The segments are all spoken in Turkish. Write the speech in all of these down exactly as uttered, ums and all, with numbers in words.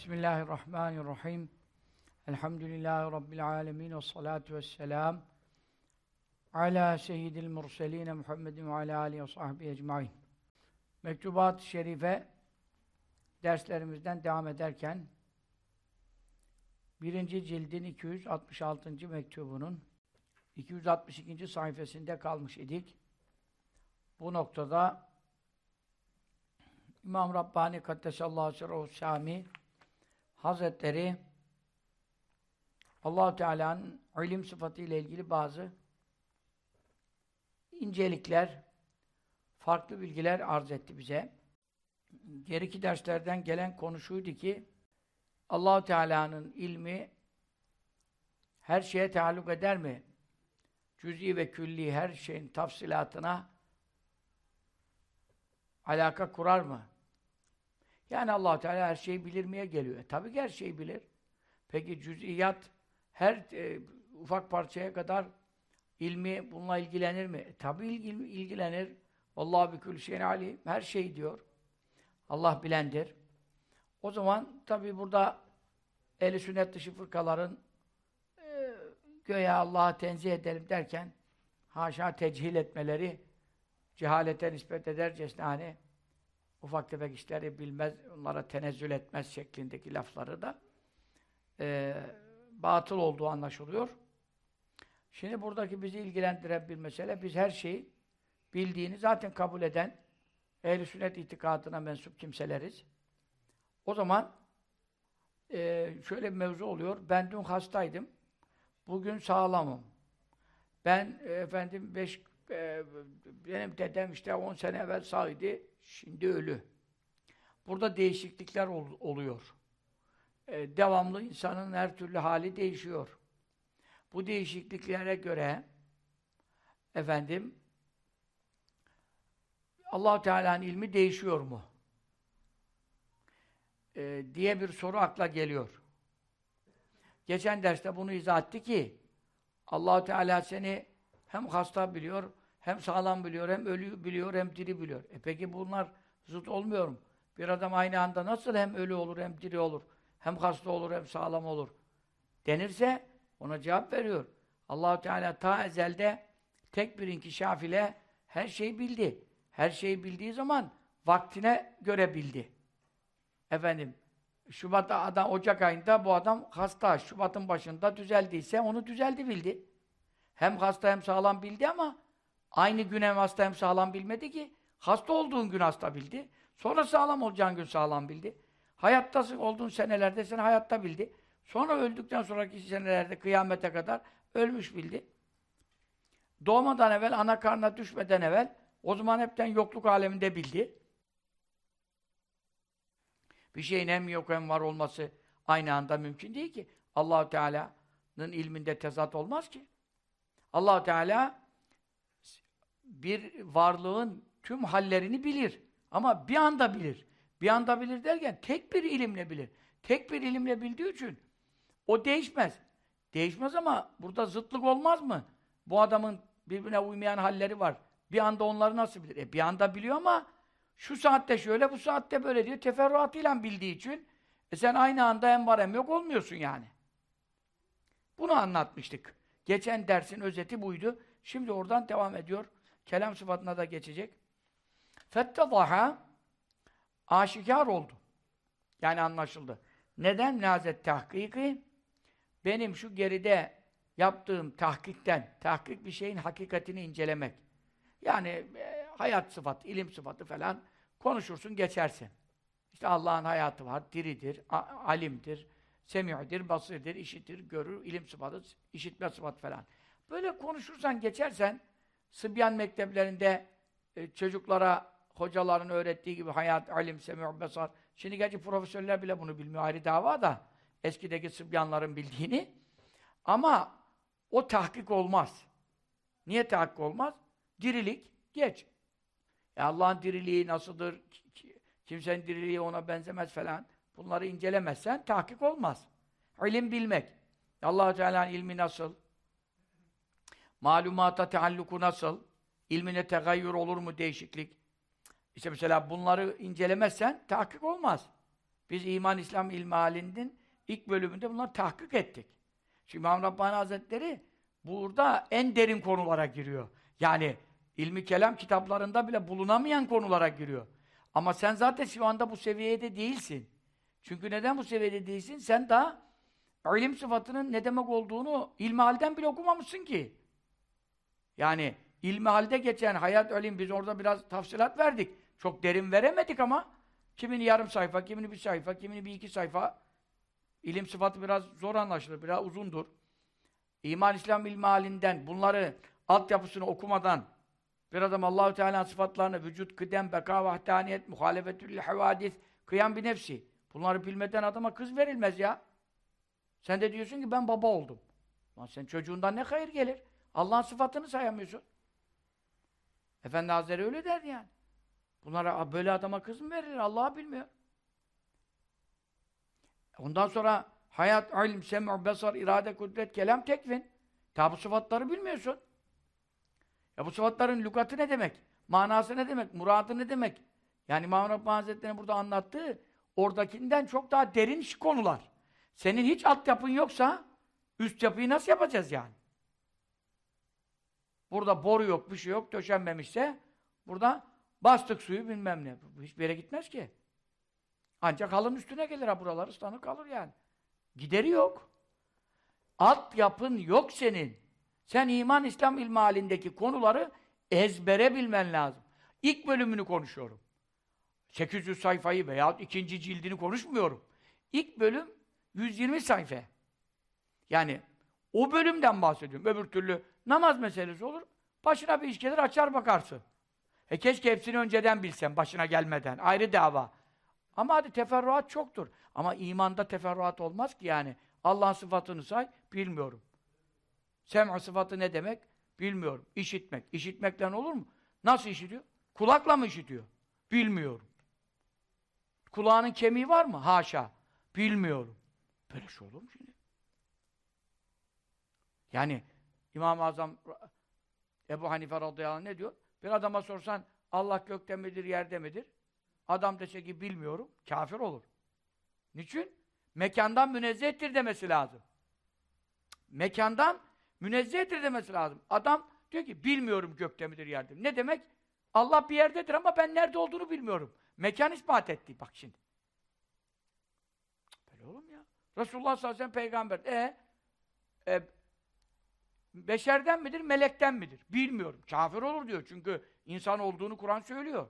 Bismillahirrahmanirrahim. Elhamdülillahi Rabbil alemin. Ve salatu vesselam ala seyyidil murseline Muhammedin ve ala alihi ve sahbihi ecmaîn. Mektubat-ı Şerife derslerimizden devam ederken birinci cildin iki yüz altmış altıncı mektubunun iki yüz altmış ikinci sayfasında kalmış idik. Bu noktada İmam Rabbani Kaddesallahu sirruhu Sami Hazretleri Allah-u Teala'nın ilim sıfatı ile ilgili bazı incelikler, farklı bilgiler arz etti bize. Geriki derslerden gelen konu şuydu ki Allah-u Teala'nın ilmi her şeye taalluk eder mi? Cüz'i ve külli her şeyin tafsilatına alaka kurar mı? Yani Allah-u Teala her şeyi bilirmeye geliyor. E, tabii ki her şeyi bilir. Peki cüz'iyat her e, ufak parçaya kadar ilmi bununla ilgilenir mi? E, tabii ilgil, ilgilenir. Allahu bikülli şeyin alim. Her şey diyor. Allah bilendir. O zaman tabii burada ehl-i sünnet dışı fırkaların e, göya Allah'a tenzih edelim derken haşa techil etmeleri cehalete nispet edercesine hani ufak tefek işleri bilmez, onlara tenezzül etmez şeklindeki lafları da e, batıl olduğu anlaşılıyor. Şimdi buradaki bizi ilgilendiren bir mesele, biz her şeyi bildiğini zaten kabul eden ehl-i sünnet itikadına mensup kimseleriz. O zaman e, şöyle bir mevzu oluyor, ben dün hastaydım, bugün sağlamım. Ben e, efendim beş e, benim dedem işte on sene evvel sağydı, şimdi ölü. Burada değişiklikler ol, oluyor. E, devamlı insanın her türlü hali değişiyor. Bu değişikliklere göre efendim Allah-u Teala'nın ilmi değişiyor mu? E, diye bir soru akla geliyor. Geçen derste bunu izah etti ki Allah-u Teala seni hem hasta biliyor, hem sağlam biliyor, hem ölü biliyor, hem diri biliyor. E peki bunlar zıt olmuyor mu? Bir adam aynı anda nasıl hem ölü olur, hem diri olur, hem hasta olur, hem sağlam olur denirse ona cevap veriyor. Allah-u Teala ta ezelde tek bir inkişaf ile her şeyi bildi. Her şeyi bildiği zaman vaktine göre bildi. Efendim, Şubat'ta adam, Ocak ayında bu adam hasta. Şubat'ın başında düzeldiyse onu düzeldi bildi. Hem hasta hem sağlam bildi ama aynı gün hem hasta hem sağlam bilmedi ki. Hasta olduğun gün hasta bildi. Sonra sağlam olacağın gün sağlam bildi. Hayattasın olduğun senelerde seni hayatta bildi. Sonra öldükten sonraki senelerde kıyamete kadar ölmüş bildi. Doğmadan evvel, ana karnına düşmeden evvel o zaman hepten yokluk aleminde bildi. Bir şeyin hem yok hem var olması aynı anda mümkün değil ki. Allah-u Teala'nın ilminde tezat olmaz ki. Allah-u Teala bir varlığın tüm hallerini bilir. Ama bir anda bilir. Bir anda bilir derken tek bir ilimle bilir. Tek bir ilimle bildiği için o değişmez. Değişmez ama burada zıtlık olmaz mı? Bu adamın birbirine uymayan halleri var. Bir anda onları nasıl bilir? E bir anda biliyor ama şu saatte şöyle, bu saatte böyle diyor. Teferruatıyla bildiği için e sen aynı anda hem var hem yok olmuyorsun yani. Bunu anlatmıştık. Geçen dersin özeti buydu. Şimdi oradan devam ediyor. Kelam sıfatına da geçecek. Fettadaha aşikar oldu. Yani anlaşıldı. Neden nazet tahkiki? Benim şu geride yaptığım tahkikten, tahkik bir şeyin hakikatini incelemek. Yani e, hayat sıfatı, ilim sıfatı falan konuşursun, geçersin. İşte Allah'ın hayatı var, diridir, alimdir, semi'dir, basirdir, işitir, görür, ilim sıfatı, işitme sıfatı falan. Böyle konuşursan, geçersen, Sıbyan mekteplerinde e, çocuklara hocaların öğrettiği gibi hayat, alim, semi' basar. Şimdi gerçi profesörler bile bunu bilmiyor, ayrı dava da. Eskideki Sıbyanların bildiğini. Ama o tahkik olmaz. Niye tahkik olmaz? Dirilik, geç. E Allah'ın diriliği nasıldır? Kimsenin diriliği ona benzemez falan. Bunları incelemezsen tahkik olmaz. İlim bilmek. Allah-u Teala'nın ilmi nasıl? Malumata tealluku nasıl? İlmine tegayyür olur mu, değişiklik? İşte mesela bunları incelemezsen tahkik olmaz. Biz İman İslam İlmihalindin ilk bölümünde bunları tahkik ettik. Şimdi İmam Rabbani Hazretleri burada en derin konulara giriyor. Yani ilmi kelam kitaplarında bile bulunamayan konulara giriyor. Ama sen zaten şu anda bu seviyede değilsin. Çünkü neden bu seviyede değilsin? Sen daha ilim sıfatının ne demek olduğunu ilmihalden bile okumamışsın ki. Yani ilmihalde geçen hayat ilim, biz orada biraz tafsilat verdik. Çok derin veremedik ama kimini yarım sayfa, kimini bir sayfa, kimini bir iki sayfa. İlim sıfatı biraz zor anlaşılır, biraz uzundur. İman İslam ilmihalinden bunları altyapısını okumadan bir adam Allah-u Teala'nın sıfatlarını vücut, kıdem, beka, vahdaniyet, muhalefetül havadis, kıyam bir nefsi. Bunları bilmeden adama kız verilmez ya. Sen de diyorsun ki ben baba oldum. Lan sen çocuğundan ne hayır gelir? Allah'ın sıfatını sayamıyorsun. Efendi Hazretleri öyle derdi yani. Bunlara böyle adama kız mı verilir? Allah'ı bilmiyor. Ondan sonra hayat, ilm, sem'u, besar, irade, kudret, kelam, tekvin. Ta bu sıfatları bilmiyorsun. Ya bu sıfatların lügatı ne demek? Manası ne demek? Muradı ne demek? Yani İmam Rabbani Hazretleri'nin burada anlattığı oradakinden çok daha derin konular. Senin hiç altyapın yoksa üst yapıyı nasıl yapacağız yani? Burada boru yok, bir şey yok, döşenmemişse burada bastık suyu bilmem ne. Hiçbir yere gitmez ki. Ancak halının üstüne gelir ha, buralar ıslanır kalır yani. Gideri yok. Altyapın yok senin. Sen iman İslam ilmihalindeki konuları ezbere bilmen lazım. İlk bölümünü konuşuyorum. sekiz yüz sayfayı veya ikinci cildini konuşmuyorum. İlk bölüm yüz yirmi sayfa. Yani o bölümden bahsediyorum. Öbür türlü namaz meselesi olur. Başına bir iş gelir, açar bakarsın. E keşke hepsini önceden bilsen, başına gelmeden. Ayrı dava. Ama hadi teferruat çoktur. Ama imanda teferruat olmaz ki yani. Allah'ın sıfatını say, bilmiyorum. Sem'a sıfatı ne demek? Bilmiyorum. İşitmek. İşitmekten olur mu? Nasıl işitiyor? Kulakla mı işitiyor? Bilmiyorum. Kulağının kemiği var mı? Haşa. Bilmiyorum. Böyle şey olur mu şimdi? Yani İmam-ı Azam Ebu Hanife radıyallahu anh ne diyor? Bir adama sorsan Allah gökte midir, yerde midir? Adam dese ki bilmiyorum, kafir olur. Niçin? Mekandan münezzehtir demesi lazım. Mekandan münezzehtir demesi lazım. Adam diyor ki bilmiyorum gökte midir, yerde midir? Ne demek? Allah bir yerdedir ama ben nerede olduğunu bilmiyorum. Mekan ispat etti. Bak şimdi. Böyle olur mu ya? Resulullah sallallahu aleyhi ve sellem peygamber. E, e beşerden midir, melekten midir? Bilmiyorum. Kafir olur diyor. Çünkü insan olduğunu Kur'an söylüyor.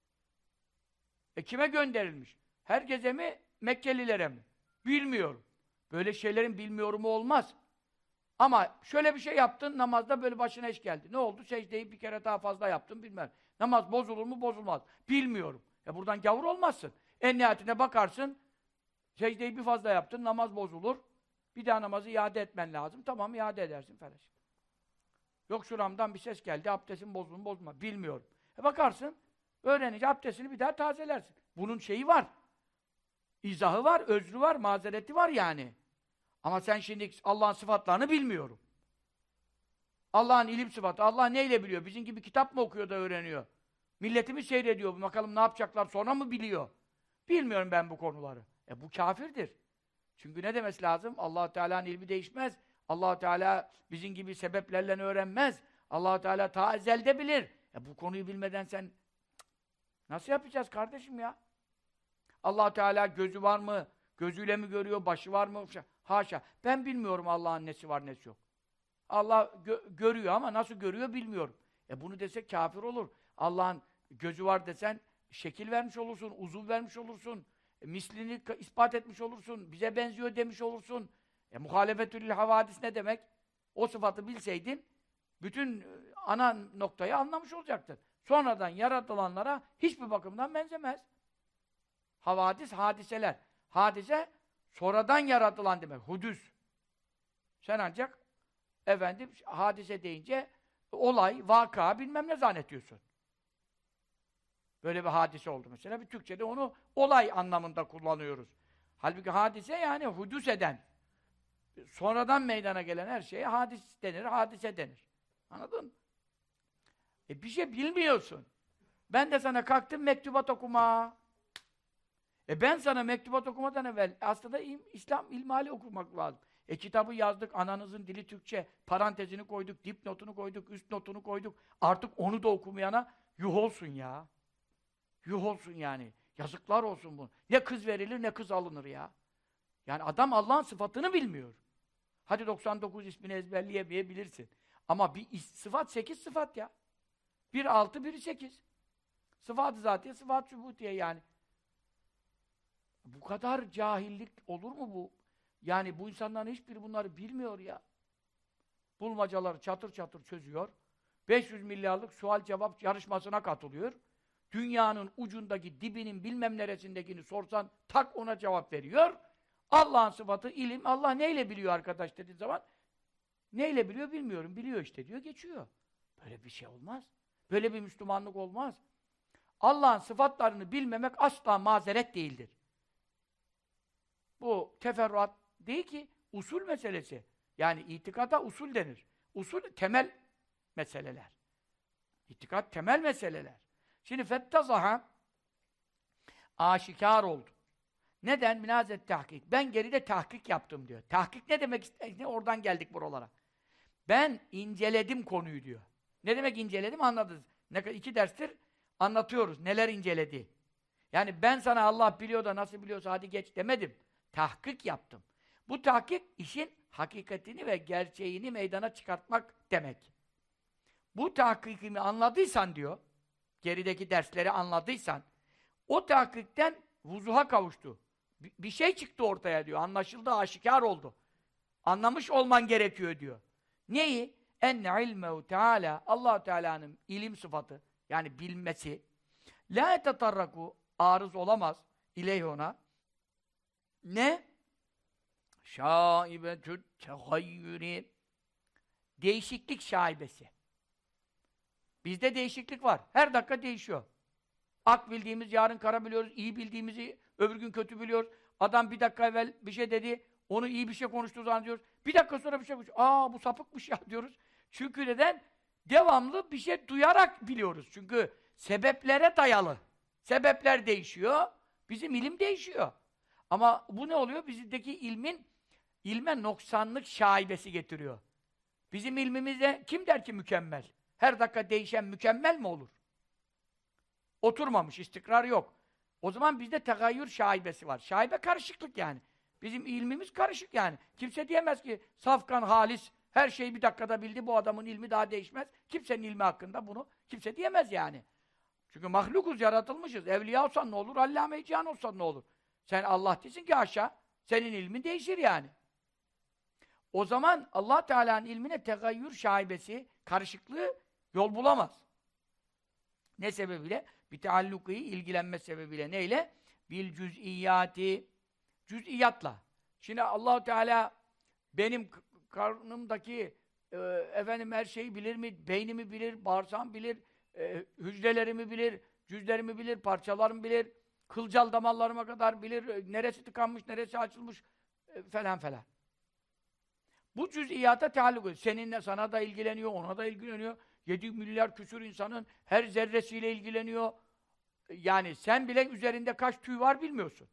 E kime gönderilmiş? Herkese mi, Mekkelilere mi? Bilmiyorum. Böyle şeylerin bilmiyorumu olmaz. Ama şöyle bir şey yaptın, namazda böyle başına iş geldi. Ne oldu? Secdeyi bir kere daha fazla yaptın, bilmem. Namaz bozulur mu, bozulmaz. Bilmiyorum. E buradan gavur olmazsın. En nihayetine bakarsın, secdeyi bir fazla yaptın, namaz bozulur. Bir daha namazı iade etmen lazım. Tamam, iade edersin falan. Yok şuramdan bir ses geldi, abdestin bozulur mu, bozulmaz. Bilmiyorum. E bakarsın, öğrenince abdestini bir daha tazelersin. Bunun şeyi var. İzahı var, özrü var, mazereti var yani. Ama sen şimdi Allah'ın sıfatlarını bilmiyorum. Allah'ın ilim sıfatı, Allah neyle biliyor? Bizim gibi kitap mı okuyor da öğreniyor? Milletimi seyrediyor, bakalım ne yapacaklar, sonra mı biliyor? Bilmiyorum ben bu konuları. E bu kafirdir. Çünkü ne demesi lazım? Allah-u Teala'nın ilmi değişmez. Allah-u Teala bizim gibi sebeplerle öğrenmez. Allah-u Teala ta ezelde bilir. E bu konuyu bilmeden sen nasıl yapacağız kardeşim ya? Allah Teala gözü var mı? Gözüyle mi görüyor? Başı var mı? Haşa. Ben bilmiyorum Allah'ın nesi var, nesi yok. Allah gö görüyor ama nasıl görüyor bilmiyorum. E bunu desek kafir olur. Allah'ın gözü var desen şekil vermiş olursun, uzuv vermiş olursun. E, mislini ispat etmiş olursun. Bize benziyor demiş olursun. E muhalefetül havadis ne demek? O sıfatı bilseydin bütün ana noktayı anlamış olacaktın. Sonradan yaratılanlara hiçbir bakımdan benzemez. Havadis, hadiseler. Hadise, sonradan yaratılan demek. Hudüs. Sen ancak, efendim, hadise deyince olay, vaka, bilmem ne zannediyorsun. Böyle bir hadise oldu mesela. Bir Türkçe'de onu olay anlamında kullanıyoruz. Halbuki hadise yani hudüs eden. Sonradan meydana gelen her şeye hadis denir, hadise denir. Anladın? E bir şey bilmiyorsun. Ben de sana kalktım mektubat okuma. E ben sana mektubat okumadan evvel aslında il, İslam ilmihali okumak lazım. E kitabı yazdık, ananızın dili Türkçe, parantezini koyduk, dipnotunu koyduk, üst notunu koyduk. Artık onu da okumayana yuh olsun ya. Yuh olsun yani. Yazıklar olsun bu. Ne kız verilir ne kız alınır ya. Yani adam Allah'ın sıfatını bilmiyor. Hadi doksan dokuz ismini ezberleyemeyebilirsin. Ama bir is, sıfat sekiz sıfat ya. Bir altı, biri sekiz. Sıfat-ı zatiye, sıfat-ı sübutiye yani. Bu kadar cahillik olur mu bu? Yani bu insanların hiçbiri bunları bilmiyor ya. Bulmacaları çatır çatır çözüyor. beş yüz milyarlık sual cevap yarışmasına katılıyor. Dünyanın ucundaki, dibinin bilmem neresindekini sorsan tak ona cevap veriyor. Allah'ın sıfatı ilim. Allah neyle biliyor arkadaş dediği zaman neyle biliyor bilmiyorum. Biliyor işte diyor, geçiyor. Böyle bir şey olmaz. Böyle bir Müslümanlık olmaz. Allah'ın sıfatlarını bilmemek asla mazeret değildir. Bu teferruat değil ki, usul meselesi. Yani itikada usul denir. Usul temel meseleler. İtikat temel meseleler. Şimdi fettazaha aşikar oldu. Neden? Minazet tahkik. Ben geride tahkik yaptım diyor. Tahkik ne demek ister? Oradan geldik buralara. Ben inceledim konuyu diyor. Ne demek inceledim? Anladınız. Ne iki derstir anlatıyoruz. Neler inceledi? Yani ben sana Allah biliyor da nasıl biliyorsa hadi geç demedim. Tahkik yaptım. Bu tahkik işin hakikatini ve gerçeğini meydana çıkartmak demek. Bu tahkikimi anladıysan diyor, gerideki dersleri anladıysan, o tahkikten vuzuha kavuştu. Bir şey çıktı ortaya diyor, anlaşıldı, aşikar oldu. Anlamış olman gerekiyor diyor. Neyi? Enne ilmehu teâlâ, Allah-u Teala'nın ilim sıfatı, yani bilmesi, la etetarraku, arız olamaz, ileyh ona. Ne? Şâibetü tehayyüri, değişiklik şaibesi. Bizde değişiklik var. Her dakika değişiyor. Ak bildiğimiz yarın kara biliyoruz, iyi bildiğimizi öbür gün kötü biliyoruz. Adam bir dakika evvel bir şey dedi, onu iyi bir şey konuştuğu zannediyoruz. Bir dakika sonra bir şey konuşuyor. Aa bu sapıkmış ya diyoruz. Çünkü neden? Devamlı bir şey duyarak biliyoruz. Çünkü sebeplere dayalı. Sebepler değişiyor, bizim ilim değişiyor. Ama bu ne oluyor? Bizdeki ilmin, ilme noksanlık şaibesi getiriyor. Bizim ilmimizde kim der ki mükemmel? Her dakika değişen mükemmel mi olur? Oturmamış, istikrar yok. O zaman bizde tegayyür şaibesi var. Şaibe karışıklık yani. Bizim ilmimiz karışık yani. Kimse diyemez ki safkan, halis, her şeyi bir dakikada bildi, bu adamın ilmi daha değişmez. Kimsenin ilmi hakkında bunu kimse diyemez yani. Çünkü mahlukuz, yaratılmışız. Evliya olsan ne olur, allame-i cihan olsan ne olur? Sen Allah değilsin ki aşağı, senin ilmin değişir yani. O zaman Allah Teala'nın ilmine tegayyür şaibesi, karışıklığı yol bulamaz. Ne sebebiyle? Bir tealluki, ilgilenme sebebiyle. Neyle? Bil cüz'iyyati, cüz'iyatla. Şimdi Allah Teala benim karnımdaki e, efendim her şeyi bilir mi? Beynimi bilir, bağırsağımı bilir, e, hücrelerimi bilir, cüzlerimi bilir, parçalarımı bilir, kılcal damarlarıma kadar bilir, neresi tıkanmış, neresi açılmış e, falan falan. Bu cüz'iyata tealluk ediyor. Seninle, sana da ilgileniyor, ona da ilgileniyor. Yedi milyar küsur insanın her zerresiyle ilgileniyor. Yani sen bile üzerinde kaç tüy var bilmiyorsun.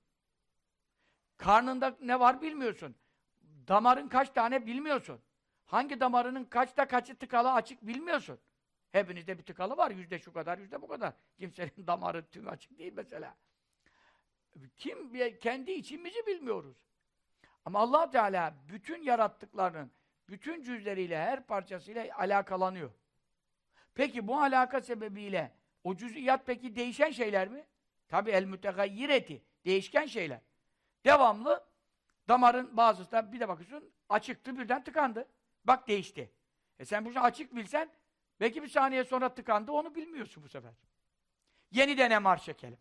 Karnında ne var bilmiyorsun. Damarın kaç tane bilmiyorsun. Hangi damarının kaçta kaçı tıkalı açık bilmiyorsun. Hepinizde bir tıkalı var. Yüzde şu kadar, yüzde bu kadar. Kimsenin damarı tüm açık değil mesela. Kim? Kendi içimizi bilmiyoruz. Ama Allah Teala bütün yarattıklarının bütün cüzleriyle, her parçasıyla alakalanıyor. Peki bu alaka sebebiyle o cüz'iyat peki değişen şeyler mi? Tabi el mütegayyireti, değişken şeyler. Devamlı damarın bazısı da bir de bakıyorsun açıktı birden tıkandı. Bak değişti. E sen bunu açık bilsen belki bir saniye sonra tıkandı, onu bilmiyorsun bu sefer. Yeniden M R çekelim.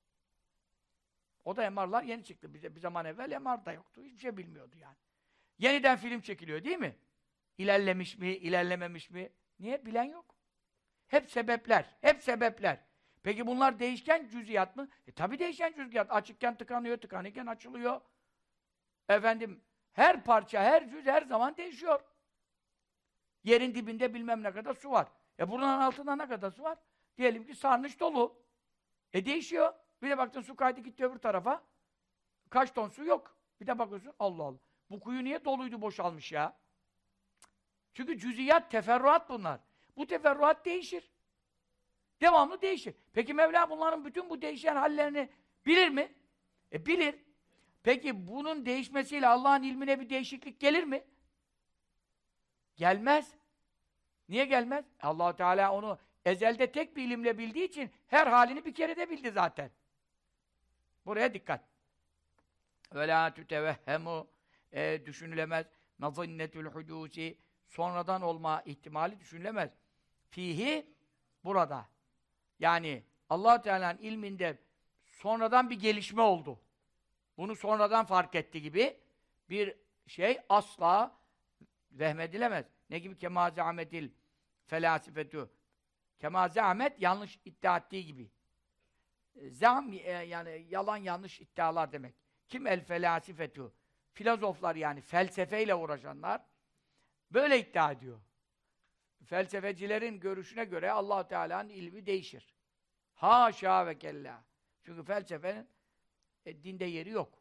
O da M R'lar yeni çıktı. Bize bir zaman evvel M R da yoktu. Hiçbir şey bilmiyordu yani. Yeniden film çekiliyor değil mi? İlerlemiş mi, ilerlememiş mi? Niye? Bilen yok. Hep sebepler, hep sebepler. Peki bunlar değişken cüz'iyat mı? E tabi değişken cüz'iyat. Açıkken tıkanıyor, tıkanırken açılıyor. Efendim, her parça, her cüz her zaman değişiyor. Yerin dibinde bilmem ne kadar su var. E buranın altında ne kadar su var? Diyelim ki sarnıç dolu. E değişiyor. Bir de baktın su kaydı gitti öbür tarafa. Kaç ton su yok. Bir de bakıyorsun Allah Allah. Bu kuyu niye doluydu boşalmış ya? Çünkü cüziyat, teferruat bunlar. Bu teferruat değişir. Devamlı değişir. Peki Mevla bunların bütün bu değişen hallerini bilir mi? E bilir. Peki bunun değişmesiyle Allah'ın ilmine bir değişiklik gelir mi? Gelmez. Niye gelmez? Allah Teala onu ezelde tek bir ilimle bildiği için her halini bir kere de bildi zaten. Buraya dikkat. Ve la tutevehhemu e, düşünülemez. Nazinnetül hudusi sonradan olma ihtimali düşünülemez. Fihi burada. Yani Allah Teala'nın ilminde sonradan bir gelişme oldu. Bunu sonradan fark etti gibi bir şey asla vehmedilemez. Ne gibi kemâ zâmetil felâsifetû. Kemâ zâmet yanlış iddia ettiği gibi. Zam e, yani yalan yanlış iddialar demek. Kim el felâsifetû? Filozoflar yani felsefeyle uğraşanlar böyle iddia ediyor. Felsefecilerin görüşüne göre Allah Teala'nın ilmi değişir. Haşa ve kella. Çünkü felsefenin e, dinde yeri yok.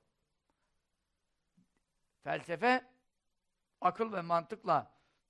Felsefe akıl ve mantıkla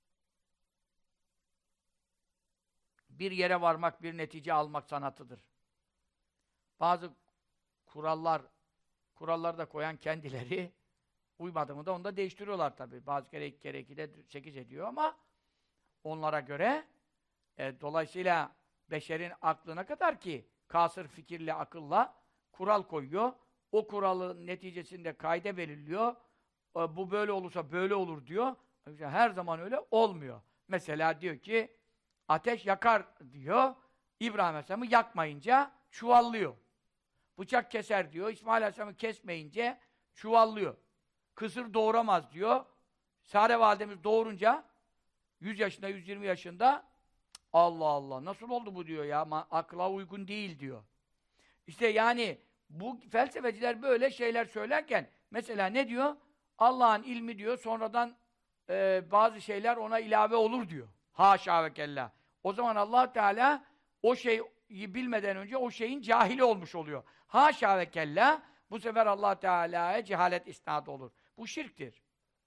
bir yere varmak, bir netice almak sanatıdır. Bazı kurallar, kuralları da koyan kendileri uymadı mı da onu da değiştiriyorlar tabii. Bazı kere iki kere iki de sekiz ediyor ama onlara göre e, dolayısıyla beşerin aklına kadar ki kasır fikirle, akılla kural koyuyor. O kuralın neticesinde kaide belirliyor. E, bu böyle olursa böyle olur diyor. Her zaman öyle olmuyor. Mesela diyor ki ateş yakar diyor. İbrahim Aleyhisselam'ı yakmayınca çuvallıyor. Bıçak keser diyor. İsmail Aleyhisselam'ı kesmeyince çuvallıyor. Kısır doğuramaz diyor. Sare validemiz doğurunca yüz yaşında, yüz yirmi yaşında Allah Allah nasıl oldu bu diyor ya. Akla uygun değil diyor. İşte yani bu felsefeciler böyle şeyler söylerken mesela ne diyor? Allah'ın ilmi diyor sonradan e, bazı şeyler ona ilave olur diyor. Haşa ve kella. O zaman Allah Teala o şeyi bilmeden önce o şeyin cahili olmuş oluyor. Haşa ve kella. Bu sefer Allah Teala'ya cehalet isnat olur. Bu şirktir.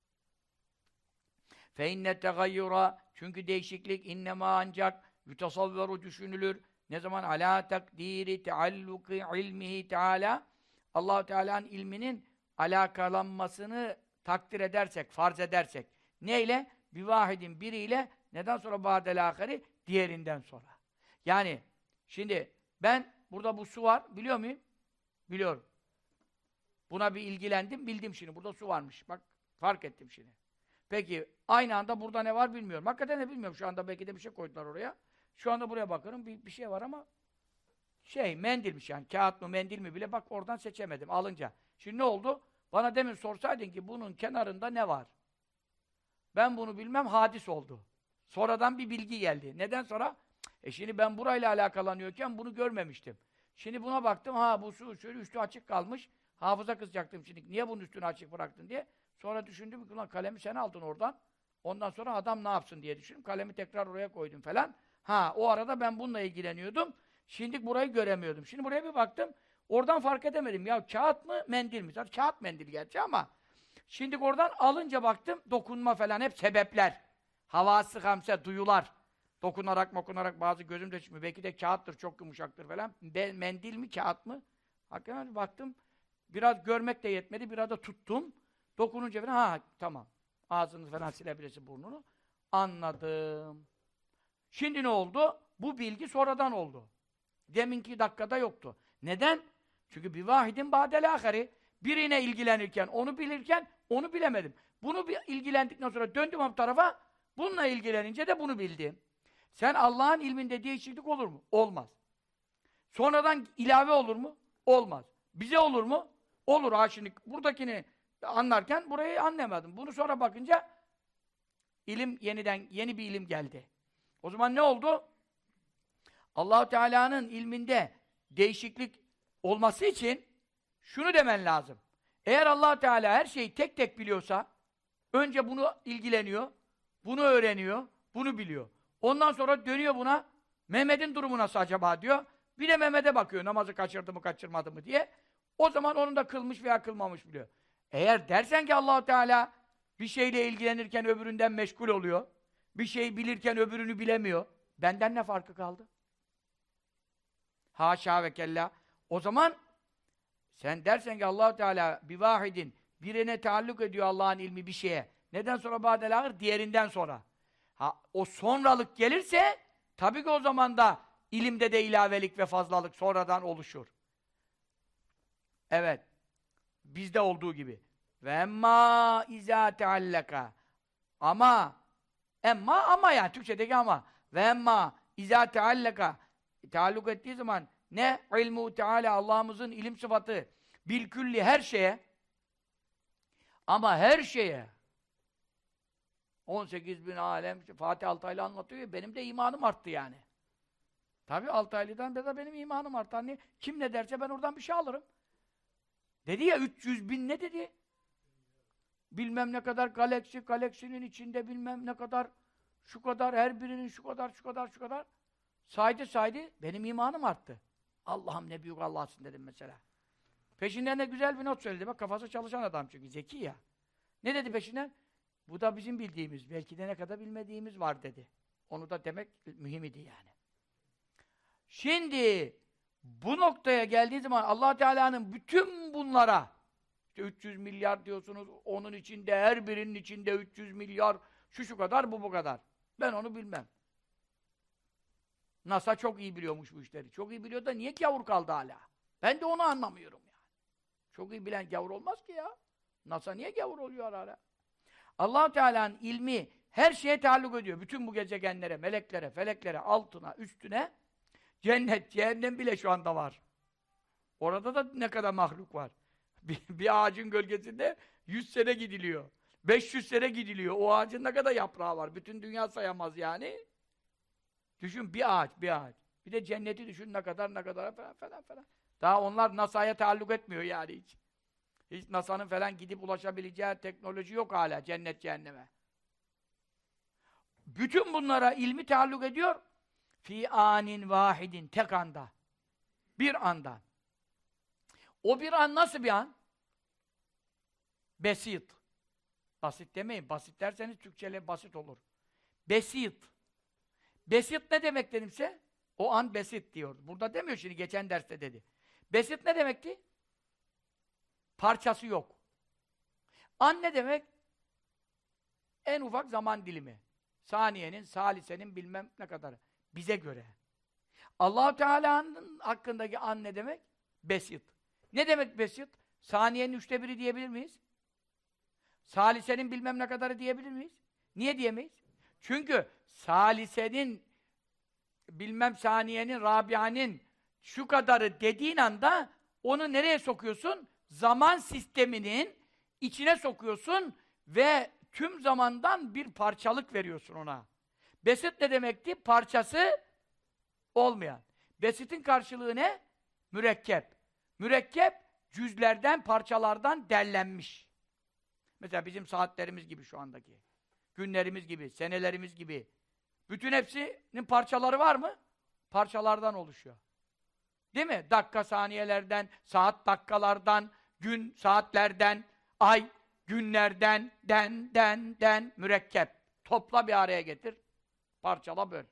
Fe inne tegayyura çünkü değişiklik innema ancak yutasavveru düşünülür. Ne zaman ala takdiri tealluki ilmihi Teala Allah Teala'nın ilminin alakalanmasını takdir edersek, farz edersek. Neyle? Bir vahidin biriyle neden sonra ba'del ahiri diğerinden sonra. Yani şimdi ben burada bu su var biliyor muyum? Biliyorum. Buna bir ilgilendim, bildim şimdi. Burada su varmış. Bak fark ettim şimdi. Peki aynı anda burada ne var bilmiyorum. Hakikaten de bilmiyorum. Şu anda belki de bir şey koydular oraya. Şu anda buraya bakıyorum. Bir, bir şey var ama şey mendilmiş yani. Kağıt mı mendil mi bile bak oradan seçemedim alınca. Şimdi ne oldu? Bana demin sorsaydın ki bunun kenarında ne var? Ben bunu bilmem hadis oldu. Sonradan bir bilgi geldi. Neden sonra? E şimdi ben burayla alakalanıyorken bunu görmemiştim. Şimdi buna baktım. Ha bu su şöyle üstü açık kalmış. Hafıza kızacaktım şimdi. Niye bunun üstünü açık bıraktın diye. Sonra düşündüm ki ulan kalemi sen aldın oradan. Ondan sonra adam ne yapsın diye düşündüm. Kalemi tekrar oraya koydum falan. Ha o arada ben bununla ilgileniyordum. Şimdi burayı göremiyordum. Şimdi buraya bir baktım. Oradan fark edemedim. Ya kağıt mı mendil mi? Zaten kağıt mendil gerçi ama. Şimdi oradan alınca baktım. Dokunma falan hep sebepler. Havası hamse duyular. Dokunarak mokunarak bazı gözüm de çıkmıyor. Belki de kağıttır çok yumuşaktır falan. Be mendil mi kağıt mı? Hakikaten baktım. Biraz görmek de yetmedi. Biraz da tuttum. Dokununca falan ha tamam. Ağzını falan silebilirsin burnunu. Anladım. Şimdi ne oldu? Bu bilgi sonradan oldu. Deminki dakikada yoktu. Neden? Çünkü bir vahidin ba'del ahari. Birine ilgilenirken, onu bilirken onu bilemedim. Bunu bir ilgilendikten sonra döndüm o tarafa. Bununla ilgilenince de bunu bildim. Sen Allah'ın ilminde değişiklik olur mu? Olmaz. Sonradan ilave olur mu? Olmaz. Bize olur mu? Olur. Ha şimdi buradakini anlarken burayı anlamadım. Bunu sonra bakınca ilim yeniden, yeni bir ilim geldi. O zaman ne oldu? Allah-u Teala'nın ilminde değişiklik olması için şunu demen lazım. Eğer Allah Teala her şeyi tek tek biliyorsa önce bunu ilgileniyor, bunu öğreniyor, bunu biliyor. Ondan sonra dönüyor buna Mehmet'in durumu nasıl acaba diyor. Bir de Mehmet'e bakıyor, namazı kaçırdı mı, kaçırmadı mı diye. O zaman onun da kılmış veya kılmamış biliyor. Eğer dersen ki Allah-u Teala bir şeyle ilgilenirken öbüründen meşgul oluyor, bir şey bilirken öbürünü bilemiyor, benden ne farkı kaldı? Haşa ve kella. O zaman sen dersen ki Allah-u Teala bir vahidin, birine taalluk ediyor Allah'ın ilmi bir şeye. Neden sonra ba'del ahir? Diğerinden sonra. Ha, o sonralık gelirse tabii ki o zaman da ilimde de ilavelik ve fazlalık sonradan oluşur. Evet. Bizde olduğu gibi. Ve emma izâ teallaka. Ama emma ama yani Türkçedeki ama. Ve emma izâ teallaka. Taalluk ettiği zaman ne? İlmu Teala Allah'ımızın ilim sıfatı bil külli her şeye ama her şeye on sekiz bin alem Fatih Altaylı anlatıyor ya, benim de imanım arttı yani. Tabii Altaylı'dan da benim imanım arttı. Hani kim ne derse ben oradan bir şey alırım. Dedi ya üç yüz bin ne dedi? Bilmem ne kadar galaksi, galaksinin içinde bilmem ne kadar şu kadar, her birinin şu kadar, şu kadar, şu kadar. Saydı saydı, benim imanım arttı. Allah'ım ne büyük Allah'sın dedim mesela. Peşinden de güzel bir not söyledi. Bak kafası çalışan adam çünkü, zeki ya. Ne dedi peşinden? Bu da bizim bildiğimiz, belki de ne kadar bilmediğimiz var dedi. Onu da demek mühim idi yani. Şimdi bu noktaya geldiği zaman Allah Teala'nın bütün bunlara işte üç yüz milyar diyorsunuz, onun içinde her birinin içinde üç yüz milyar, şu şu kadar, bu bu kadar. Ben onu bilmem. NASA çok iyi biliyormuş bu işleri. Çok iyi biliyor da niye gavur kaldı hala? Ben de onu anlamıyorum yani. Çok iyi bilen gavur olmaz ki ya. NASA niye gavur oluyor hala? Allah Teala'nın ilmi her şeye taalluk ediyor. Bütün bu gezegenlere, meleklere, feleklere, altına, üstüne. Cennet, cehennem bile şu anda var. Orada da ne kadar mahluk var. Bir, bir ağacın gölgesinde yüz sene gidiliyor. beş yüz sene gidiliyor. O ağacın ne kadar yaprağı var. Bütün dünya sayamaz yani. Düşün bir ağaç, bir ağaç. Bir de cenneti düşün ne kadar ne kadar falan falan falan. Daha onlar NASA'ya taalluk etmiyor yani hiç. Hiç NASA'nın falan gidip ulaşabileceği teknoloji yok hala cennet cehenneme. Bütün bunlara ilmi taalluk ediyor. Fi anin vahidin, tek anda. Bir anda. O bir an nasıl bir an? Besit. Basit demeyin. Basit derseniz Türkçe'yle basit olur. Besit. Besit ne demek denimse? O an besit diyor. Burada demiyor şimdi, geçen derste dedi. Besit ne demekti? Parçası yok. An ne demek? En ufak zaman dilimi. Saniyenin, salisenin bilmem ne kadarı. Bize göre. Allah-u Teala'nın hakkındaki an ne demek? Besit. Ne demek besit? Saniyenin üçte biri diyebilir miyiz? Salisenin bilmem ne kadarı diyebilir miyiz? Niye diyemeyiz? Çünkü salisenin bilmem saniyenin, rabianin şu kadarı dediğin anda onu nereye sokuyorsun? Zaman sisteminin içine sokuyorsun ve tüm zamandan bir parçalık veriyorsun ona. Besit ne demekti? Parçası olmayan. Besitin karşılığı ne? Mürekkep. Mürekkep, cüzlerden, parçalardan derlenmiş. Mesela bizim saatlerimiz gibi şu andaki. Günlerimiz gibi, senelerimiz gibi. Bütün hepsinin parçaları var mı? Parçalardan oluşuyor. Değil mi? Dakika saniyelerden, saat dakikalardan, gün saatlerden, ay günlerden, den, den, den, mürekkep. Topla bir araya getir. Parçala böl.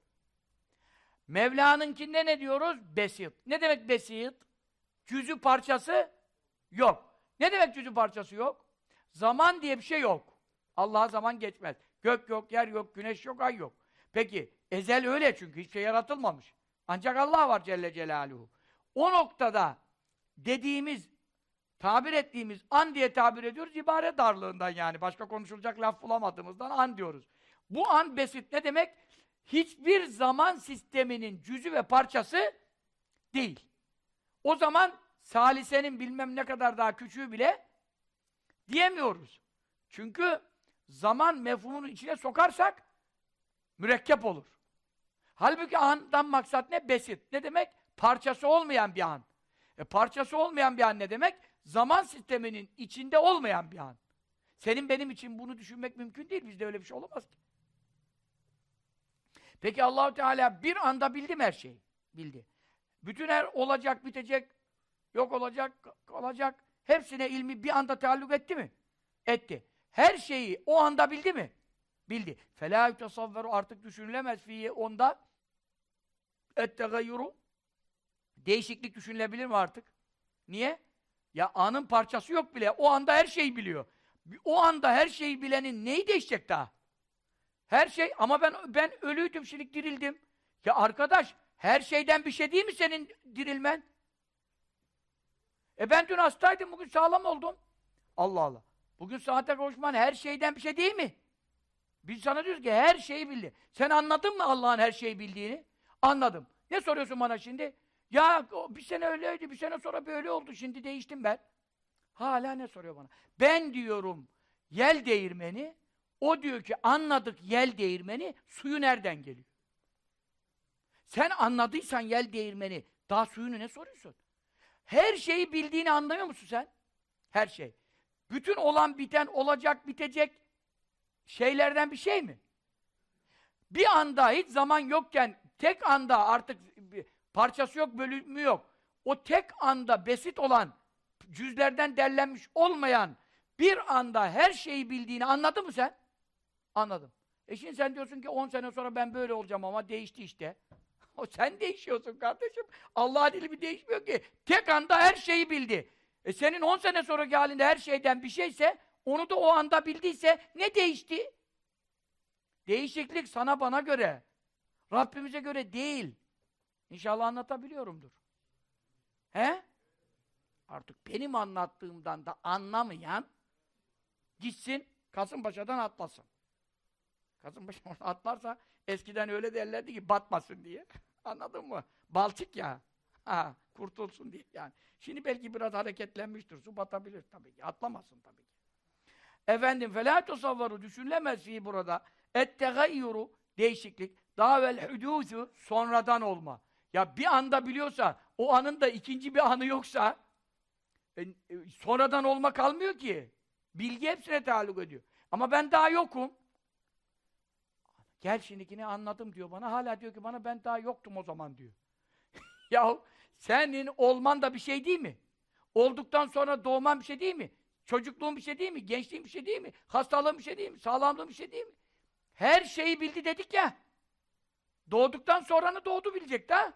Mevla'nınkinde ne diyoruz? Besit. Ne demek besit? Cüzü parçası yok. Ne demek cüzü parçası yok? Zaman diye bir şey yok. Allah'a zaman geçmez. Gök yok, yer yok, güneş yok, ay yok. Peki, ezel öyle çünkü hiçbir şey yaratılmamış. Ancak Allah var Celle Celaluhu. O noktada dediğimiz, tabir ettiğimiz an diye tabir ediyoruz, ibare darlığından yani. Başka konuşulacak laf bulamadığımızdan an diyoruz. Bu an besit ne demek? Hiçbir zaman sisteminin cüzü ve parçası değil. O zaman salisenin bilmem ne kadar daha küçüğü bile diyemiyoruz. Çünkü zaman mefhumunu içine sokarsak mürekkep olur. Halbuki andan maksat ne? Besit. Ne demek? Parçası olmayan bir an. E parçası olmayan bir an ne demek? Zaman sisteminin içinde olmayan bir an. Senin benim için bunu düşünmek mümkün değil. Bizde öyle bir şey olamaz ki. Peki Allah-u Teala bir anda bildi mi her şeyi? Bildi. Bütün her olacak, bitecek, yok olacak, olacak. Hepsine ilmi bir anda taalluk etti mi? Etti. Her şeyi o anda bildi mi? Bildi. فَلَا يُتَصَوَّرُ artık düşünülemez fiye onda ettegayyuru. Değişiklik düşünülebilir mi artık? Niye? Ya anın parçası yok bile. O anda her şeyi biliyor. O anda her şeyi bilenin neyi değişecek daha? Her şey, ama ben ben ölüydüm, şimdi dirildim. Ya arkadaş, her şeyden bir şey değil mi senin dirilmen? E ben dün hastaydım, bugün sağlam oldum. Allah Allah. Bugün saate kavuşman her şeyden bir şey değil mi? Biz sana diyoruz ki her şeyi bildi. Sen anladın mı Allah'ın her şeyi bildiğini? Anladım. Ne soruyorsun bana şimdi? Ya bir sene öyleydi, bir sene sonra böyle oldu, şimdi değiştim ben. Hala ne soruyor bana? Ben diyorum yel değirmeni, o diyor ki anladık yel değirmeni, suyu nereden geliyor? Sen anladıysan yel değirmeni, daha suyunu ne soruyorsun? Her şeyi bildiğini anlamıyor musun sen? Her şey. Bütün olan biten, olacak, bitecek şeylerden bir şey mi? Bir anda, hiç zaman yokken, tek anda artık parçası yok, bölümü yok. O tek anda besit olan, cüzlerden derlenmiş olmayan bir anda her şeyi bildiğini anladın mı sen? Anladım. E şimdi sen diyorsun ki on sene sonra ben böyle olacağım ama değişti işte. O sen değişiyorsun kardeşim. Allah'ın ilmi değişmiyor ki. Tek anda her şeyi bildi. E senin on sene sonraki halinde her şeyden bir şeyse, onu da o anda bildiyse ne değişti? Değişiklik sana bana göre, Rabbimize göre değil. İnşallah anlatabiliyorumdur. He? Artık benim anlattığımdan da anlamayan gitsin Kasımpaşa'dan atlasın. Kasımpaşa'dan atlarsa eskiden öyle derlerdi ki batmasın diye. Anladın mı? Balçık ya. Ha, kurtulsun diye yani. Şimdi belki biraz hareketlenmiştir. Su batabilir tabii ki. Atlamasın tabii ki. Efendim felâ tusavvaru düşünülemez fi burada. Ettegayyuru değişiklik. Daha vel hudûsu sonradan olma. Ya bir anda biliyorsa, o anın da ikinci bir anı yoksa e, e, sonradan olma kalmıyor ki. Bilgi hepsine taalluk ediyor. Ama ben daha yokum. Gel şimdikini anladım diyor bana. Hala diyor ki bana ben daha yoktum o zaman diyor. Yahu senin olman da bir şey değil mi? Olduktan sonra doğman bir şey değil mi? Çocukluğun bir şey değil mi? Gençliğin bir şey değil mi? Hastalığın bir şey değil mi? Sağlamlığın bir şey değil mi? Her şeyi bildi dedik ya. Doğduktan sonranı doğdu bilecek de.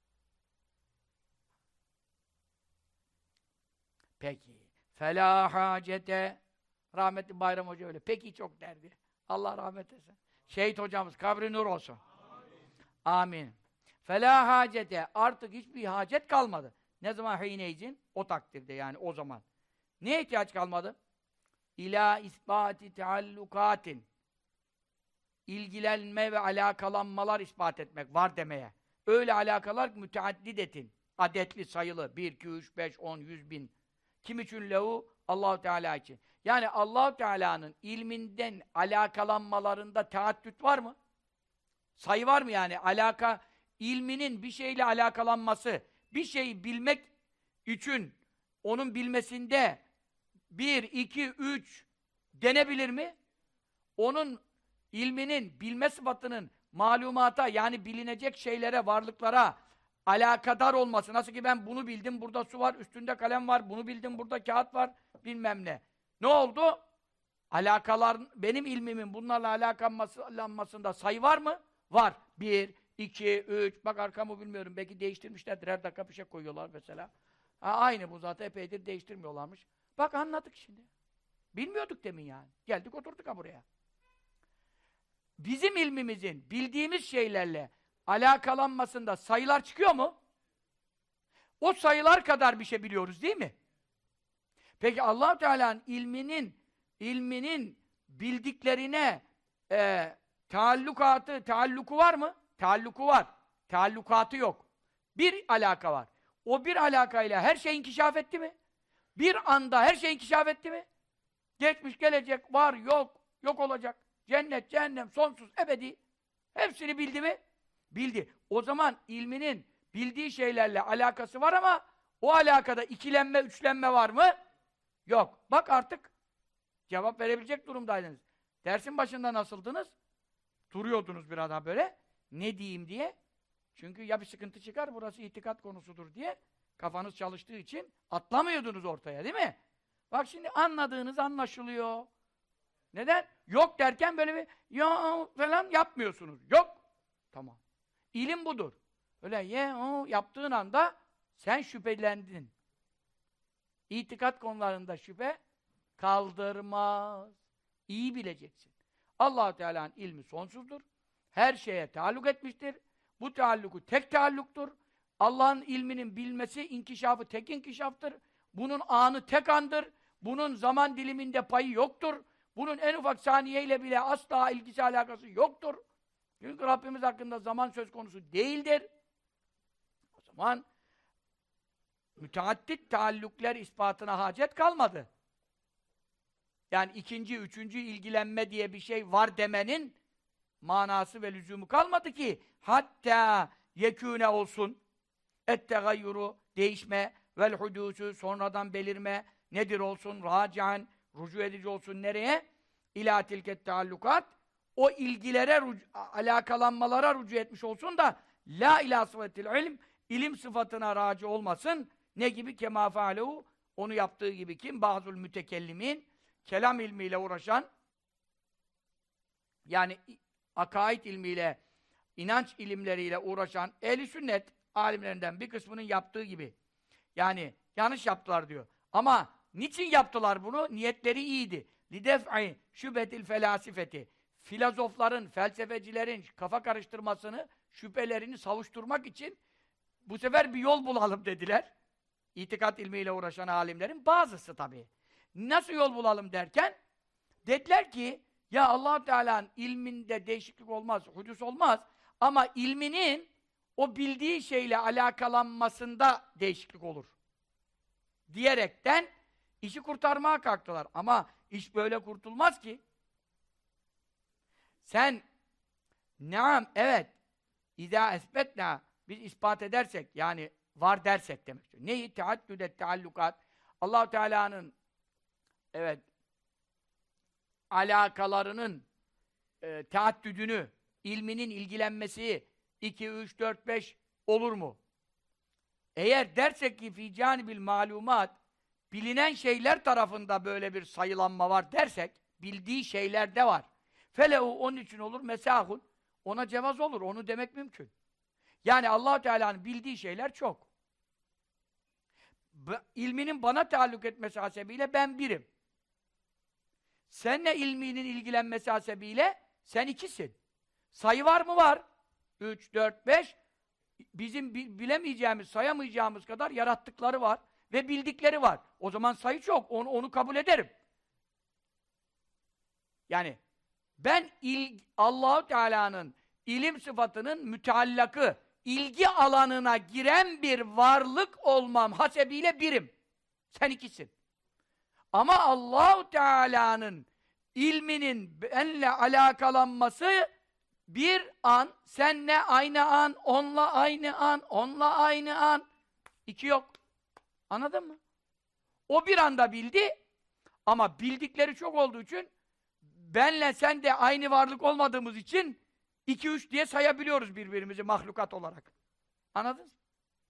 Peki. Fela hacete. Rahmetli Bayram Hoca öyle. Peki çok derdi. Allah rahmet etsin. Şehit hocamız kabri nur olsun. Amin. Amin. Fela hacete. Artık hiçbir hacet kalmadı. Ne zaman hîneycin? O takdirde yani o zaman. Neye ihtiyaç kalmadı? İlâ isbâti teallukatin. İlgilenme ve alakalanmalar ispat etmek, var demeye. Öyle alakalar müteaddidetin. Adetli, sayılı. Bir, iki, üç, beş, on, yüz bin. Kim için lehu? Allah-u Teala için. Yani Allah-u Teala'nın ilminden alakalanmalarında teaddüt var mı? Sayı var mı yani? Alaka, ilminin bir şeyle alakalanması, bir şeyi bilmek için onun bilmesinde bir, iki, üç denebilir mi? Onun ilminin, bilme sıfatının malumata, yani bilinecek şeylere, varlıklara alakadar olması. Nasıl ki ben bunu bildim, burada su var, üstünde kalem var, bunu bildim, burada kağıt var, bilmem ne. Ne oldu? Alakalar, benim ilmimin bunlarla alakalanmasında sayı var mı? Var. Bir, iki, üç, bak arkamı bilmiyorum, belki değiştirmişlerdir, her dakika bir şey koyuyorlar mesela. Ha, aynı bu zaten, epeydir değiştirmiyorlarmış. Bak anladık şimdi. Bilmiyorduk demin yani. Geldik oturduk ha buraya. Bizim ilmimizin bildiğimiz şeylerle alakalanmasında sayılar çıkıyor mu? O sayılar kadar bir şey biliyoruz değil mi? Peki Allah-u Teala'nın ilminin ilminin bildiklerine e, taallukatı, taalluku var mı? Taalluku var. Taallukatı yok. Bir alaka var. O bir alakayla her şey inkişaf etti mi? Bir anda her şey inkişaf etti mi? Geçmiş, gelecek, var, yok, yok olacak. Cennet, cehennem, sonsuz, ebedi. Hepsini bildi mi? Bildi. O zaman ilminin bildiği şeylerle alakası var ama o alakada ikilenme, üçlenme var mı? Yok. Bak artık cevap verebilecek durumdaydınız. Dersin başında nasıldınız? Duruyordunuz biraz daha böyle. Ne diyeyim diye. Çünkü ya bir sıkıntı çıkar, burası itikat konusudur diye kafanız çalıştığı için atlamıyordunuz ortaya, değil mi? Bak şimdi anladığınız anlaşılıyor. Neden? Yok derken böyle bir ya falan yapmıyorsunuz. Yok. Tamam. İlim budur. Öyle ye o yaptığın anda sen şüphelendin. İtikat konularında şüphe kaldırmaz. İyi bileceksin. Allah-u Teala'nın ilmi sonsuzdur. Her şeye taalluk etmiştir. Bu taalluku tek taalluktur. Allah'ın ilminin bilmesi, inkişafı tek inkişaftır. Bunun anı tek andır. Bunun zaman diliminde payı yoktur. Bunun en ufak saniyeyle bile asla ilgisi alakası yoktur. Çünkü Rabbimiz hakkında zaman söz konusu değildir. O zaman müteaddit taallukler ispatına hacet kalmadı. Yani ikinci, üçüncü ilgilenme diye bir şey var demenin manası ve lüzumu kalmadı ki hatta yekûne olsun ettegayyuru değişme vel hudûsü sonradan belirme nedir olsun râci'an rucu edici olsun nereye? İlâ tilket taallukat o ilgilere alakalanmalara rücu etmiş olsun da la ilâ sıfatil ilm ilim sıfatına raci olmasın. Ne gibi? Kemâ fealehu onu yaptığı gibi kim? Bazul mütekellimin kelam ilmiyle uğraşan yani akaid ilmiyle inanç ilimleriyle uğraşan ehli sünnet alimlerinden bir kısmının yaptığı gibi. Yani yanlış yaptılar diyor. Ama niçin yaptılar bunu? Niyetleri iyiydi. Lidef'i şübetil felasifeti. Filozofların, felsefecilerin kafa karıştırmasını, şüphelerini savuşturmak için bu sefer bir yol bulalım dediler. İtikat ilmiyle uğraşan alimlerin bazısı tabii. Nasıl yol bulalım derken dediler ki ya Allah-u Teala'nın ilminde değişiklik olmaz, hudus olmaz ama ilminin o bildiği şeyle alakalanmasında değişiklik olur. Diyerekten işi kurtarmaya kalktılar. Ama iş böyle kurtulmaz ki. Sen naam, evet İzâ esbetnâ biz ispat edersek yani var dersek demek istiyor. Neyi? Teaddüdet teallukat Allah-u Teala'nın evet alakalarının e, teaddüdünü, ilminin ilgilenmesi iki, üç, dört, beş olur mu? Eğer dersek ki fî cânibil mâlûmât bilinen şeyler tarafında böyle bir sayılanma var dersek, bildiği şeylerde var. Felehu onun için olur, mesâhun ona cevaz olur, onu demek mümkün. Yani Allah-u Teala'nın bildiği şeyler çok. B ilminin bana taalluk etmesi hasebiyle ben birim. Seninle ilminin ilgilenmesi hasebiyle sen ikisin. Sayı var mı? Var. Üç, dört, beş. Bizim bilemeyeceğimiz, sayamayacağımız kadar yarattıkları var ve bildikleri var. O zaman sayı çok. Onu, onu kabul ederim. Yani ben Allah-u Teala'nın ilim sıfatının müteallakı, ilgi alanına giren bir varlık olmam hasebiyle birim. Sen ikisin. Ama Allah-u Teala'nın ilminin benle alakalanması bir an, senle aynı an, onunla aynı an, onunla aynı an. İki yok. Anladın mı? O bir anda bildi ama bildikleri çok olduğu için benle sen de aynı varlık olmadığımız için iki üç diye sayabiliyoruz birbirimizi mahlukat olarak. Anladınız mı?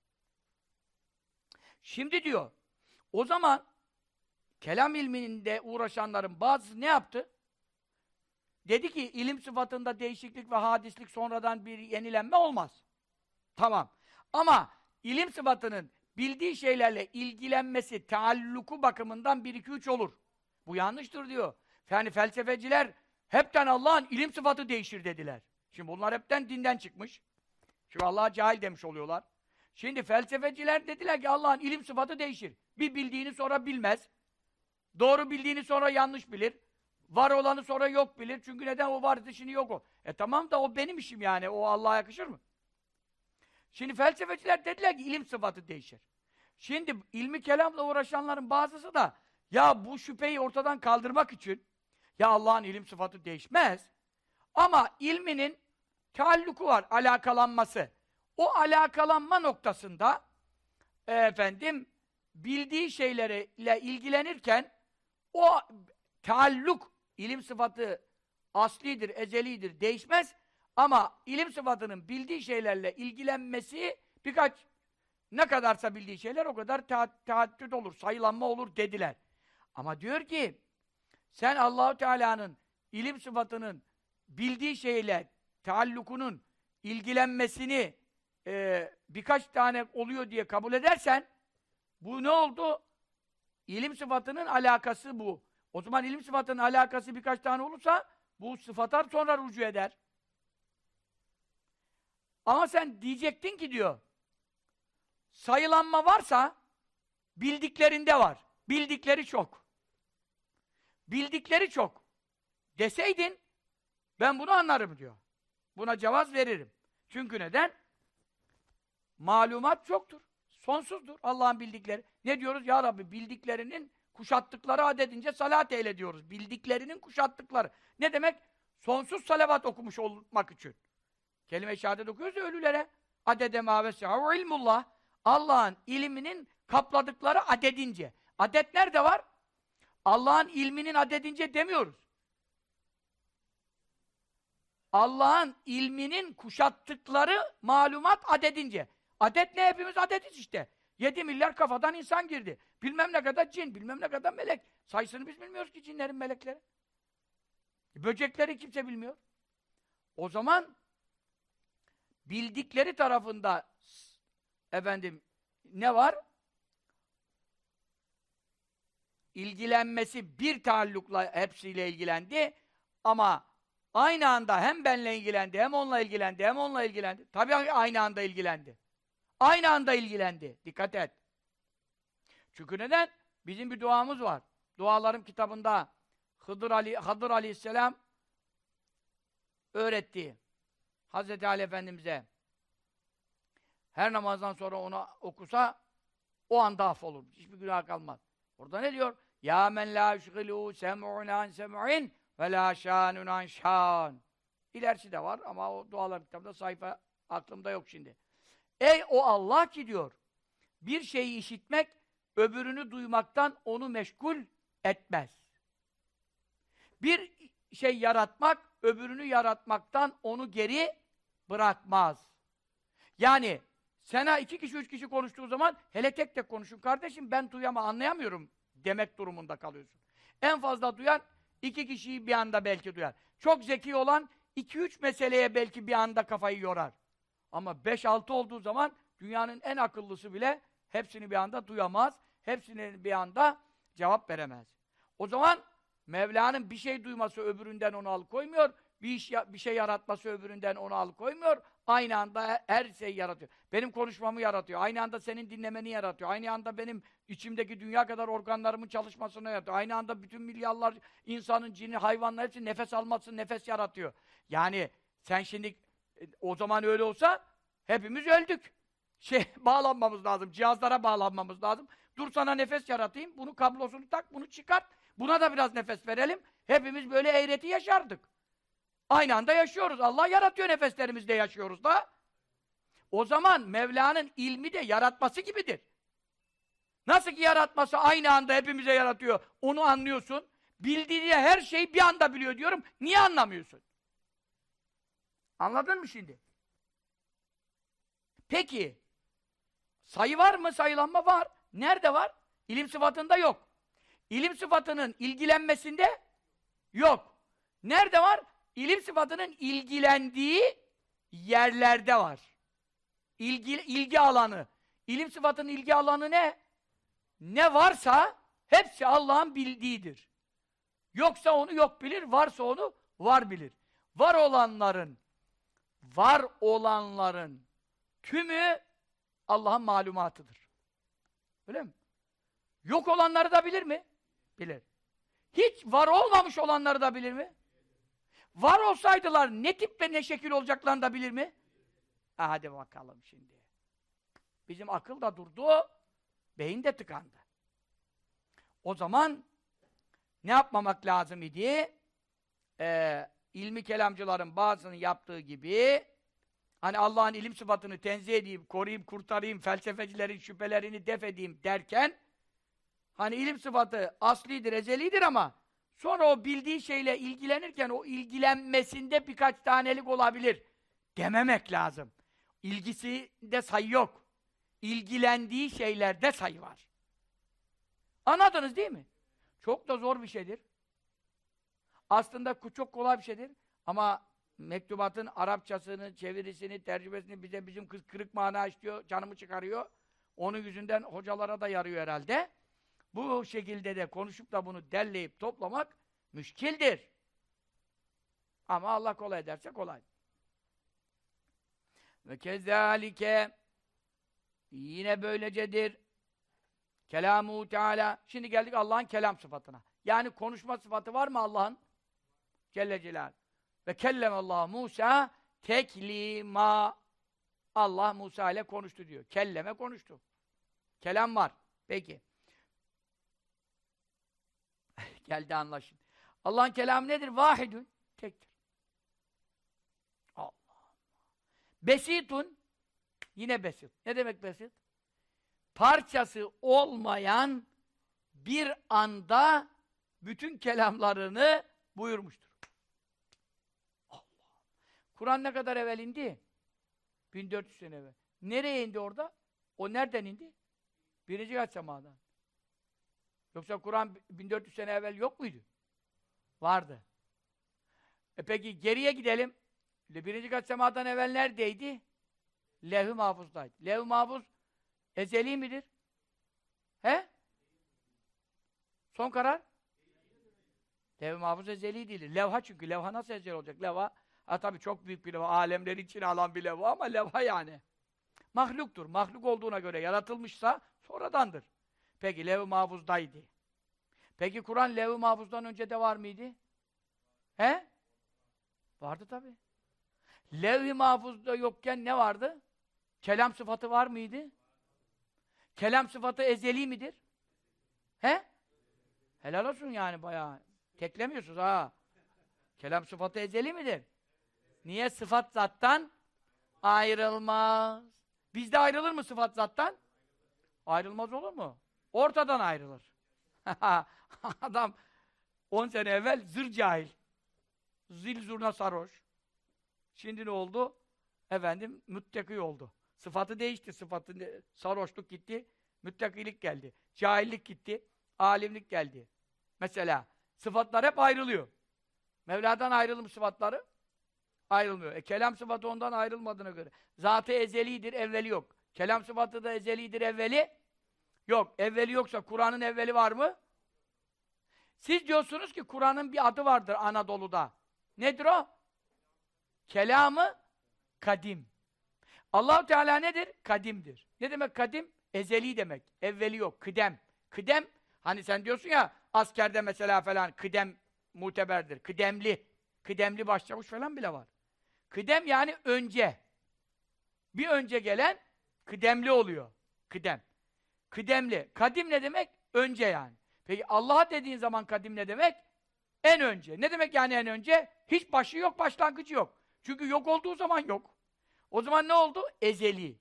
Şimdi diyor, o zaman kelam ilminde uğraşanların bazısı ne yaptı? Dedi ki ilim sıfatında değişiklik ve hadislik sonradan bir yenilenme olmaz. Tamam. Ama ilim sıfatının bildiği şeylerle ilgilenmesi, taalluku bakımından bir iki üç olur. Bu yanlıştır diyor. Yani felsefeciler hepten Allah'ın ilim sıfatı değişir dediler. Şimdi bunlar hepten dinden çıkmış. Çünkü Allah'a cahil demiş oluyorlar. Şimdi felsefeciler dediler ki Allah'ın ilim sıfatı değişir. Bir bildiğini sonra bilmez. Doğru bildiğini sonra yanlış bilir. Var olanı sonra yok bilir. Çünkü neden o var dışını yok o. E tamam da o benim işim yani. O Allah'a yakışır mı? Şimdi felsefeciler dediler ki ilim sıfatı değişir. Şimdi ilmi kelamla uğraşanların bazısı da ya bu şüpheyi ortadan kaldırmak için ya Allah'ın ilim sıfatı değişmez. Ama ilminin taalluku var, alakalanması. O alakalanma noktasında e, efendim bildiği şeylerle ilgilenirken o taalluk, ilim sıfatı aslidir, ezelidir, değişmez. Ama ilim sıfatının bildiği şeylerle ilgilenmesi birkaç, ne kadarsa bildiği şeyler o kadar teaddüt olur, sayılanma olur dediler. Ama diyor ki, sen Allah-u Teala'nın ilim sıfatının bildiği şeyle taallukunun ilgilenmesini e, birkaç tane oluyor diye kabul edersen, bu ne oldu? İlim sıfatının alakası bu. O zaman ilim sıfatının alakası birkaç tane olursa, bu sıfatlar sonra rücu eder. Ama sen diyecektin ki diyor, sayılanma varsa, bildiklerinde var. Bildikleri çok. Bildikleri çok. Deseydin, ben bunu anlarım diyor. Buna cevaz veririm. Çünkü neden? Malumat çoktur. Sonsuzdur Allah'ın bildikleri. Ne diyoruz? Ya Rabbi bildiklerinin kuşattıkları adedince salat eyle diyoruz. Bildiklerinin kuşattıkları. Ne demek? Sonsuz salavat okumuş olmak için. Kelime-i şehadet okuyoruz ya ölülere. Adede mâ vesâhu ilmullah. Allah'ın ilminin kapladıkları adedince. Adet nerede var? Allah'ın ilminin adedince demiyoruz. Allah'ın ilminin kuşattıkları malumat adedince. Adet ne? Hepimiz adetiz işte. Yedi milyar kafadan insan girdi. Bilmem ne kadar cin, bilmem ne kadar melek. Sayısını biz bilmiyoruz ki cinlerin, melekleri. Böcekleri kimse bilmiyor. O zaman bildikleri tarafında efendim ne var? İlgilenmesi bir taallukla hepsiyle ilgilendi ama aynı anda hem benle ilgilendi, hem onunla ilgilendi, hem onunla ilgilendi. Tabii aynı anda ilgilendi. Aynı anda ilgilendi. Dikkat et. Çünkü neden? Bizim bir duamız var. Dualarım kitabında Hıdır Ali Hıdır Aleyhisselam öğretti. Hazreti Ali Efendimiz'e her namazdan sonra ona okusa o anda affolur. Hiçbir günah kalmaz. Orada ne diyor? Ya men la yushghilu sem'un an sem'in ve la şânun an şân. İlerisi de var ama o dualar kitabında sayfa aklımda yok şimdi. Ey o Allah ki diyor, bir şeyi işitmek, öbürünü duymaktan onu meşgul etmez. Bir şey yaratmak, öbürünü yaratmaktan onu geri bırakmaz. Yani sana iki kişi, üç kişi konuştuğu zaman hele tek tek konuşun kardeşim, ben duyama, anlayamıyorum demek durumunda kalıyorsun. En fazla duyan iki kişiyi bir anda belki duyar. Çok zeki olan iki üç meseleye belki bir anda kafayı yorar. Ama beş altı olduğu zaman dünyanın en akıllısı bile hepsini bir anda duyamaz. Hepsini bir anda cevap veremez. O zaman Mevla'nın bir şey duyması öbüründen onu alıkoymuyor. Bir, iş, bir şey yaratması öbüründen onu alıkoymuyor. Aynı anda her şeyi yaratıyor. Benim konuşmamı yaratıyor. Aynı anda senin dinlemeni yaratıyor. Aynı anda benim içimdeki dünya kadar organlarımın çalışmasını yaratıyor. Aynı anda bütün milyarlar insanın, cini, hayvanlar hepsi nefes alması, nefes yaratıyor. Yani sen şimdi o zaman öyle olsa hepimiz öldük. Şey bağlanmamız lazım. Cihazlara bağlanmamız lazım. Dur sana nefes yaratayım. Bunu kablosunu tak, bunu çıkart. Buna da biraz nefes verelim. Hepimiz böyle eğreti yaşardık. Aynı anda yaşıyoruz. Allah yaratıyor, nefeslerimizde yaşıyoruz da. O zaman Mevla'nın ilmi de yaratması gibidir. Nasıl ki yaratması aynı anda hepimize yaratıyor. Onu anlıyorsun. Bildiği her şeyi bir anda biliyor diyorum. Niye anlamıyorsun? Anladın mı şimdi? Peki, sayı var mı? Sayılanma var. Nerede var? İlim sıfatında yok. İlim sıfatının ilgilenmesinde yok. Nerede var? İlim sıfatının ilgilendiği yerlerde var. İlgi, ilgi alanı. İlim sıfatının ilgi alanı ne? Ne varsa hepsi Allah'ın bildiğidir. Yoksa onu yok bilir, varsa onu var bilir. Var olanların, var olanların tümü Allah'ın malumatıdır. Öyle mi? Yok olanları da bilir mi? Bilir. Hiç var olmamış olanları da bilir mi? Var olsaydılar ne tip ve ne şekil olacaklarını da bilir mi? Ha, hadi bakalım şimdi. Bizim akıl da durdu, beyin de tıkandı. O zaman ne yapmamak lazım idi? Ee, ilmi kelamcıların bazısının yaptığı gibi hani Allah'ın ilim sıfatını tenzih edeyim, koruyayım, kurtarayım, felsefecilerin şüphelerini def edeyim derken hani ilim sıfatı aslidir, ezelidir ama Sonra o bildiği şeyle ilgilenirken o ilgilenmesinde birkaç tanelik olabilir dememek lazım. İlgisinde sayı yok. İlgilendiği şeylerde sayı var. Anladınız değil mi? Çok da zor bir şeydir. Aslında çok kolay bir şeydir. Ama mektubatın Arapçasını, çevirisini, tercümesini bize bizim kız kırık mana istiyor, canımı çıkarıyor. Onun yüzünden hocalara da yarıyor herhalde. Bu şekilde de konuşup da bunu derleyip toplamak müşkildir. Ama Allah kolay ederse kolay. Ve kezalike yine böylecedir. Kelamu Teala. Şimdi geldik Allah'ın kelam sıfatına. Yani konuşma sıfatı var mı Allah'ın? Celle Celaluhu. Ve kellemallahu Musa teklima. Allah Musa ile konuştu diyor. Kelleme konuştu. Kelam var. Peki. Geldi anlaşın. Allah'ın kelamı nedir? Vahidun. Tektir. Allah Allah. Besitun. Yine besit. Ne demek besit? Parçası olmayan bir anda bütün kelamlarını buyurmuştur. Allah. Kur'an ne kadar evvel indi? bin dört yüz sene evvel. Nereye indi orada? O nereden indi? Birinci kat semadan. Yoksa Kur'an bin dört yüz sene evvel yok muydu? Vardı. E peki geriye gidelim. Birinci kat semadan evvel neredeydi? Levh-i Mahfuz'daydı. Levh-i Mahfuz ezeli midir? He? Son karar? Levh-i Mahfuz ezeli değildir. Levha çünkü. Levha nasıl ezeli olacak? Levha, ha tabii çok büyük bir levha. Alemleri içine alan bir levha ama levha yani. Mahluktur. Mahluk olduğuna göre yaratılmışsa sonradandır. Peki Levh-i Mahfuz'daydı. Peki Kur'an Levh-i Mahfuz'dan önce de var mıydı? He? Vardı tabii. Levh-i Mahfuz'da yokken ne vardı? Kelam sıfatı var mıydı? Kelam sıfatı ezeli midir? He? Helal olsun yani bayağı. Teklemiyorsunuz ha. Kelam sıfatı ezeli midir? Niye? Sıfat zattan ayrılmaz. Bizde ayrılır mı sıfat zattan? Ayrılmaz olur mu? Ortadan ayrılır. Adam on sene evvel zır cahil. Zil zurna sarhoş. Şimdi ne oldu? Efendim müttaki oldu. Sıfatı değişti. Sıfatı sarhoşluk gitti. Müttakilik geldi. Cahillik gitti. Alimlik geldi. Mesela sıfatlar hep ayrılıyor. Mevla'dan ayrılmış sıfatları ayrılmıyor. E kelam sıfatı ondan ayrılmadığına göre. Zat-ı ezelidir, evveli yok. Kelam sıfatı da ezelidir, evveli yok. Evveli yoksa Kur'an'ın evveli var mı? Siz diyorsunuz ki Kur'an'ın bir adı vardır Anadolu'da. Nedir o? Kelamı kadim. Allah-u Teala nedir? Kadimdir. Ne demek kadim? Ezeli demek. Evveli yok. Kıdem. Kıdem, hani sen diyorsun ya askerde mesela falan kıdem muteberdir. Kıdemli. Kıdemli başçavuş falan bile var. Kıdem yani önce. Bir önce gelen kıdemli oluyor. Kıdem. Kıdemli. Kadim ne demek? Önce yani. Peki Allah dediğin zaman kadim ne demek? En önce. Ne demek yani en önce? Hiç başı yok, başlangıcı yok. Çünkü yok olduğu zaman yok. O zaman ne oldu? Ezeli.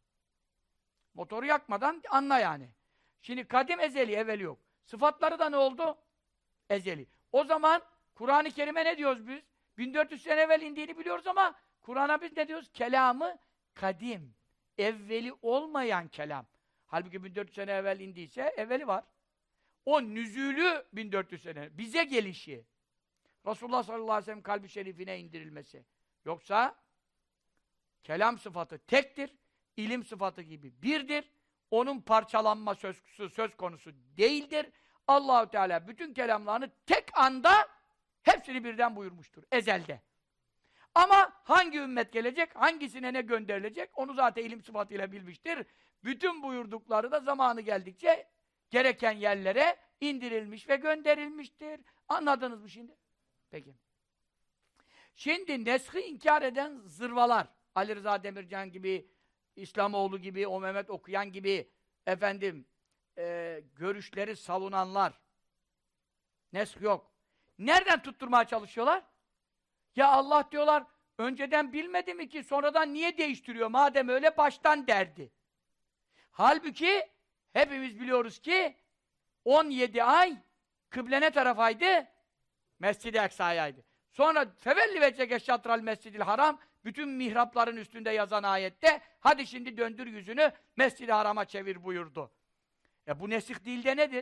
Motoru yakmadan anla yani. Şimdi kadim ezeli, evveli yok. Sıfatları da ne oldu? Ezeli. O zaman Kur'an-ı Kerim'e ne diyoruz biz? bin dört yüz sene evvel indiğini biliyoruz ama Kur'an'a biz ne diyoruz? Kelamı kadim. Evveli olmayan kelam. Halbuki bin dört yüz sene evvel indiyse evveli var. O nüzülü bin dört yüz sene. Bize gelişi. Resulullah sallallahu aleyhi ve sellem kalbi şerifine indirilmesi. Yoksa kelam sıfatı tektir. İlim sıfatı gibi birdir. Onun parçalanma söz, söz konusu değildir. Allah-u Teala bütün kelamlarını tek anda hepsini birden buyurmuştur. Ezelde. Ama hangi ümmet gelecek, hangisine ne gönderilecek onu zaten ilim sıfatıyla bilmiştir. Bütün buyurdukları da zamanı geldikçe gereken yerlere indirilmiş ve gönderilmiştir. Anladınız mı şimdi? Peki. Şimdi neshi inkar eden zırvalar, Ali Rıza Demircan gibi, İslamoğlu gibi, o Mehmet Okuyan gibi, efendim, e, görüşleri savunanlar, nesk yok. Nereden tutturmaya çalışıyorlar? Ya Allah diyorlar, önceden bilmedi mi ki, sonradan niye değiştiriyor? Madem öyle baştan derdi. Halbuki, hepimiz biliyoruz ki, on yedi ay kıble ne tarafaydı? Mescid-i Eksa'yaydı. Sonra fevelli vecceke şatral mescidil haram, bütün mihrapların üstünde yazan ayette, hadi şimdi döndür yüzünü, Mescid-i Haram'a çevir buyurdu. E bu nesih değil de nedir?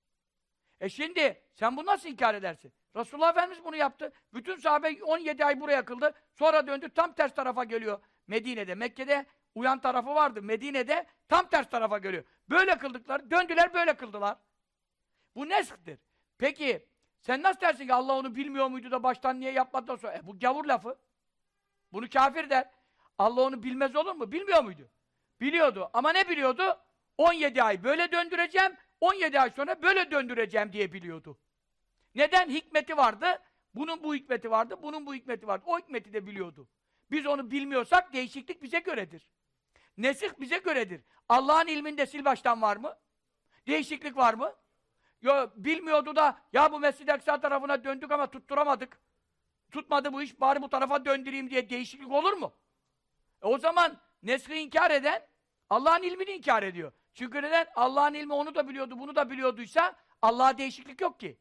E şimdi, sen bunu nasıl inkar edersin? Resulullah Efendimiz bunu yaptı. Bütün sahabe on yedi ay buraya kıldı. Sonra döndü, tam ters tarafa geliyor. Medine'de, Mekke'de uyan tarafı vardı. Medine'de tam ters tarafa geliyor. Böyle kıldıkları, döndüler böyle kıldılar. Bu nesihtir. Peki, sen nasıl dersin ki Allah onu bilmiyor muydu da baştan niye yapmadı da sonra? E bu gavur lafı. Bunu kafir der. Allah onu bilmez olur mu? Bilmiyor muydu? Biliyordu. Ama ne biliyordu? on yedi ay böyle döndüreceğim, on yedi ay sonra böyle döndüreceğim diye biliyordu. Neden? Hikmeti vardı. Bunun bu hikmeti vardı, bunun bu hikmeti vardı. O hikmeti de biliyordu. Biz onu bilmiyorsak değişiklik bize göredir. Nesih bize göredir. Allah'ın ilminde sil baştan var mı? Değişiklik var mı? Yo, bilmiyordu da ya bu Mescid-i Aksa tarafına döndük ama tutturamadık. Tutmadı bu iş, bari bu tarafa döndüreyim diye değişiklik olur mu? E o zaman neshi inkar eden Allah'ın ilmini inkar ediyor. Çünkü neden? Allah'ın ilmi onu da biliyordu, bunu da biliyorduysa Allah'a değişiklik yok ki.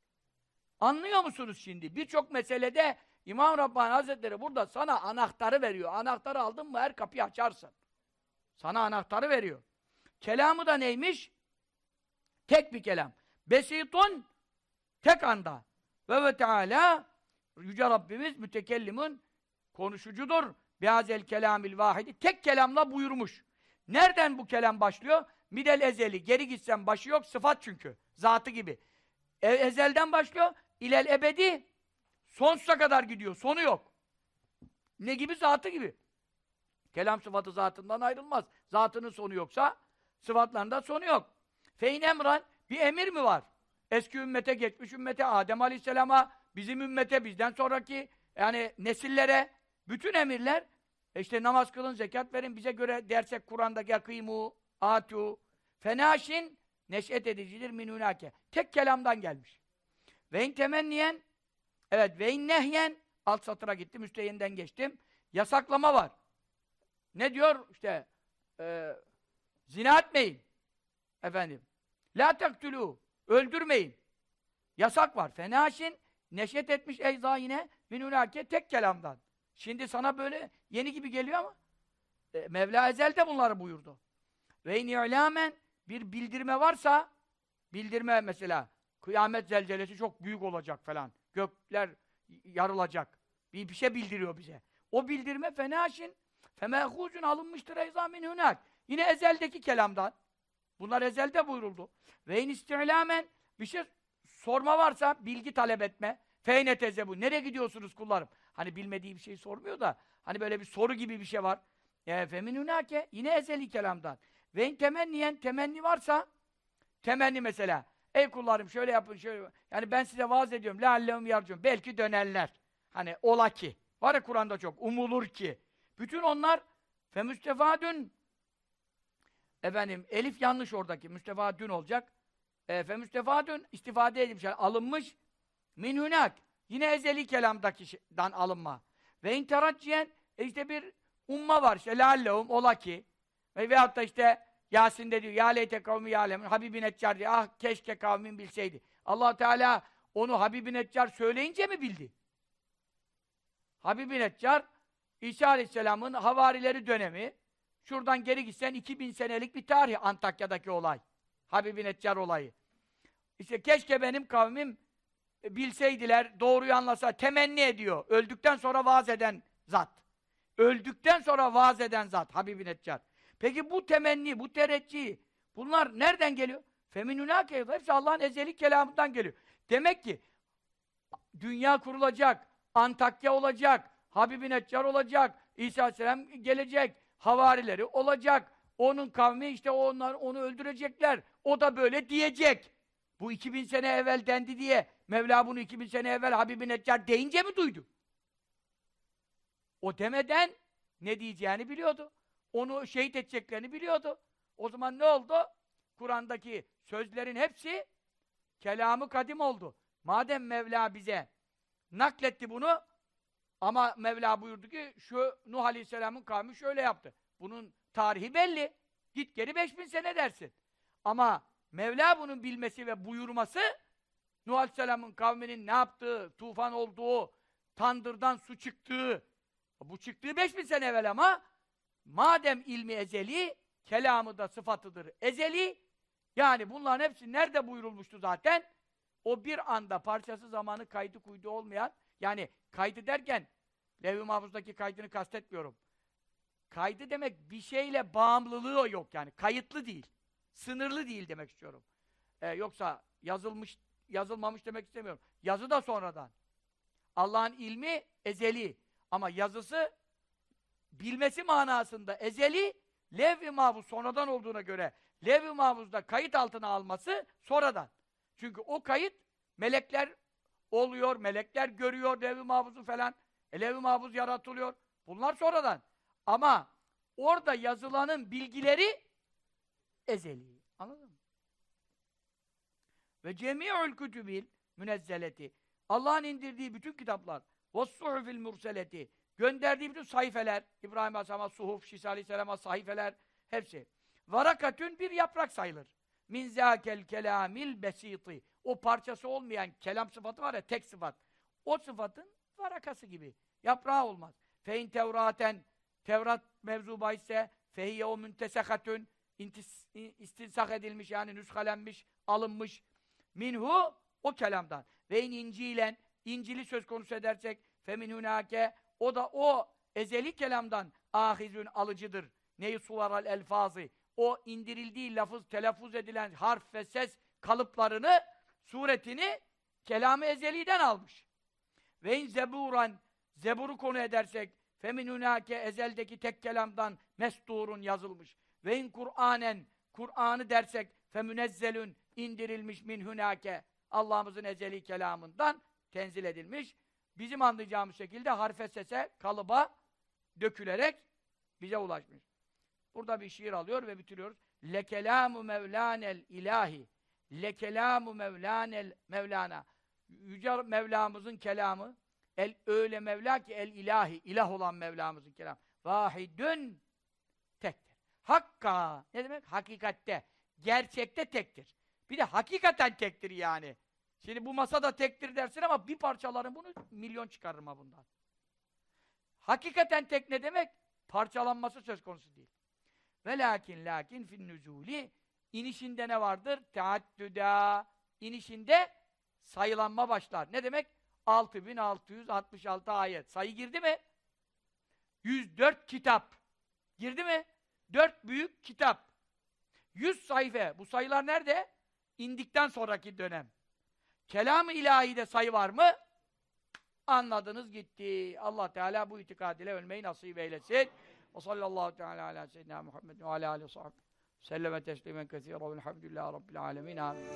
Anlıyor musunuz şimdi? Birçok meselede İmam Rabbani Hazretleri burada sana anahtarı veriyor. Anahtarı aldın mı her kapıyı açarsın. Sana anahtarı veriyor. Kelamı da neymiş? Tek bir kelam. Besitun, tek anda. Ve ve Teala, Yüce Rabbimiz mütekellimun, konuşucudur. Bihazel kelamil vahidi, tek kelamla buyurmuş. Nereden bu kelam başlıyor? Midel ezeli, geri gitsen başı yok, sıfat çünkü. Zatı gibi. E ezelden başlıyor, ilel ebedi, sonsuza kadar gidiyor, sonu yok. Ne gibi? Zatı gibi. Kelam sıfatı zatından ayrılmaz. Zatının sonu yoksa, sıfatlarında sonu yok. Feyn emran, bir emir mi var? Eski ümmete, geçmiş ümmete, Adem Aleyhisselam'a, bizim ümmete, bizden sonraki yani nesillere, bütün emirler, işte namaz kılın, zekat verin, bize göre dersek Kur'an'daki akîmû, âtû, fenâşin, neş'et edicidir minûnâke. Tek kelamdan gelmiş. Ve in temenniyen, evet, ve in nehyen, alt satıra gittim, üsteyinden geçtim. Yasaklama var. Ne diyor? İşte, e, zina etmeyin. Efendim. La tektulû, öldürmeyin. Yasak var. Fenâşin, neş'et etmiş eyzâ yine, minûnâke, tek kelamdan. Şimdi sana böyle yeni gibi geliyor ama e, Mevla ezelde bunları buyurdu. Ve in i'lâmen, bir bildirme varsa, bildirme mesela, kıyamet zelzelesi çok büyük olacak falan, gökler yarılacak, bir, bir şey bildiriyor bize. O bildirme fenâşin, femâhûzun alınmıştır eyzâ min hünâk. Yine ezeldeki kelamdan. Bunlar ezelde buyuruldu. Ve in isti'lâmen, bir şey sorma varsa, bilgi talep etme. Feyne tezebu, nereye gidiyorsunuz kullarım? Hani bilmediği bir şey sormuyor da, hani böyle bir soru gibi bir şey var. E, feminûnâke, yine ezeli kelamdan. Ve in temenniyen, temenni varsa, temenni mesela, ey kullarım şöyle yapın, şöyle, yani ben size vaaz ediyorum, leallehum yarcun, belki dönerler. Hani ola ki, var ya Kur'an'da çok, umulur ki. Bütün onlar, femüstefâdün, efendim, elif yanlış oradaki, müstefâdün olacak. E, femüstefâdün, istifade edilmiş, yani alınmış, minhûnâk. Yine ezeli kelamdaki'den alınma. Ve interacciyen, e işte bir umma var işte, leallehum, ola ki. Ve veyahut da işte Yasin'de diyor, ya leyte kavmi yâlemun, Habib-i Neccar diyor, ah keşke kavmin bilseydi. Allah Teala onu Habib-i Neccar söyleyince mi bildi? Habib-i Neccar, İsa Aleyhisselam'ın havarileri dönemi, şuradan geri gitsen iki bin senelik bir tarih Antakya'daki olay. Habib-i Neccar olayı. İşte keşke benim kavmim bilseydiler, doğruyu anlasa, temenni ediyor. Öldükten sonra vaaz eden zat. Öldükten sonra vaaz eden zat, Habib-i Neccar. Peki bu temenni, bu tereccih, bunlar nereden geliyor? Feminûnâke, hepsi Allah'ın ezeli kelamından geliyor. Demek ki, dünya kurulacak, Antakya olacak, Habib-i Neccar olacak, İsa Aleyhisselam gelecek, havarileri olacak, onun kavmi işte onlar onu öldürecekler, o da böyle diyecek. Bu iki bin sene evvel dendi diye, Mevla bunu iki bin sene evvel Habib-i Neccar deyince mi duydu? O demeden ne diyeceğini biliyordu. Onu şehit edeceklerini biliyordu. O zaman ne oldu? Kur'an'daki sözlerin hepsi kelamı kadim oldu. Madem Mevla bize nakletti bunu, ama Mevla buyurdu ki şu Nuh Aleyhisselam'ın kavmi şöyle yaptı. Bunun tarihi belli. Git geri beş bin sene dersin. Ama Mevla bunun bilmesi ve buyurması Nuh Aleyhisselam'ın kavminin ne yaptığı, tufan olduğu, tandırdan su çıktığı, bu çıktığı beş bin sene evvel ama madem ilmi ezeli, kelamı da sıfatıdır ezeli, yani bunların hepsi nerede buyurulmuştu zaten? O bir anda parçası zamanı kaydı kuydu olmayan, yani kaydı derken Levh-i Mahfuz'daki kaydını kastetmiyorum. Kaydı demek bir şeyle bağımlılığı yok yani. Kayıtlı değil. Sınırlı değil demek istiyorum. Ee, yoksa yazılmış, yazılmamış demek istemiyorum. Yazı da sonradan. Allah'ın ilmi ezeli. Ama yazısı bilmesi manasında ezeli, Levh-i Mahfuz sonradan olduğuna göre Levh-i Mahfuz'da kayıt altına alması sonradan. Çünkü o kayıt melekler oluyor, melekler görüyor Levh-i Mahfuz'u falan. E, Levh-i Mahfuz yaratılıyor. Bunlar sonradan. Ama orada yazılanın bilgileri ezeli. Anladın mı? Ve cemi'ül kütübil münezzeleti. Allah'ın indirdiği bütün kitaplar ve's-suhufil murseleti. Gönderdiği bütün sayfeler, İbrahim Aleyhisselam'a suhuf, Şisa Aleyhisselam'a sayfeler, hepsi. Varakatün bir yaprak sayılır. Min zâkel kelâmil besîtî. O parçası olmayan kelam sıfatı var ya, tek sıfat. O sıfatın varakası gibi. Yaprağı olmaz. Fe in tevraten, Tevrat mevzu bahisse, fehiyye o müntesakatün, istinsak edilmiş yani nüshalenmiş, alınmış. Minhu, o kelamdan. Ve in incilen, İncil'i söz konusu edersek, femin hunâke, o da o ezeli kelamdan ahizün alıcıdır. Neyi suvaral elfazı. O indirildiği lafız, telaffuz edilen harf ve ses kalıplarını, suretini kelam-ı ezeliden almış. Ve in zeburan, zeburu konu edersek, femin hunâke ezeldeki tek kelamdan mesturun yazılmış. Ve in Kur'anen, Kur'an'ı dersek, femünezzelün indirilmiş min hunâke, Allah'ımızın ezeli kelamından tenzil edilmiş. Bizim anlayacağımız şekilde harfe, sese, kalıba dökülerek bize ulaşmış. Burada bir şiir alıyor ve bitiriyoruz. Lekelamu mevlânel ilahi. Lekelamu mevlânel mevlana. Yüce Mevlamızın kelamı, el öyle Mevla ki el ilahi, ilah olan Mevlamızın kelamı. Vahidün tektir. Hakka, ne demek? Hakikatte, gerçekte tektir. Bir de hakikaten tektir yani. Şimdi bu masada tektir dersin ama bir parçaların bunu milyon çıkarırım ha bundan. Hakikaten tek ne demek? Parçalanması söz konusu değil. Ve lakin lakin fin nüzuli, inişinde ne vardır? Teaddüda, inişinde sayılanma başlar. Ne demek? altı bin altı yüz altmış altı ayet. Sayı girdi mi? yüz dört kitap. Girdi mi? dört büyük kitap. yüz sayfa. Bu sayılar nerede? İndikten sonraki dönem. Kelam-ı ilahide sayı var mı? Anladınız gitti. Allah Teala bu itikad ile ölmeyi nasip eylesin. Ve sallallahu teala ala seyyidina Muhammed ve ala aleyhi ve sahbihi selleme teslimen kesiren velhamdülillahi rabbil alemin. Amin.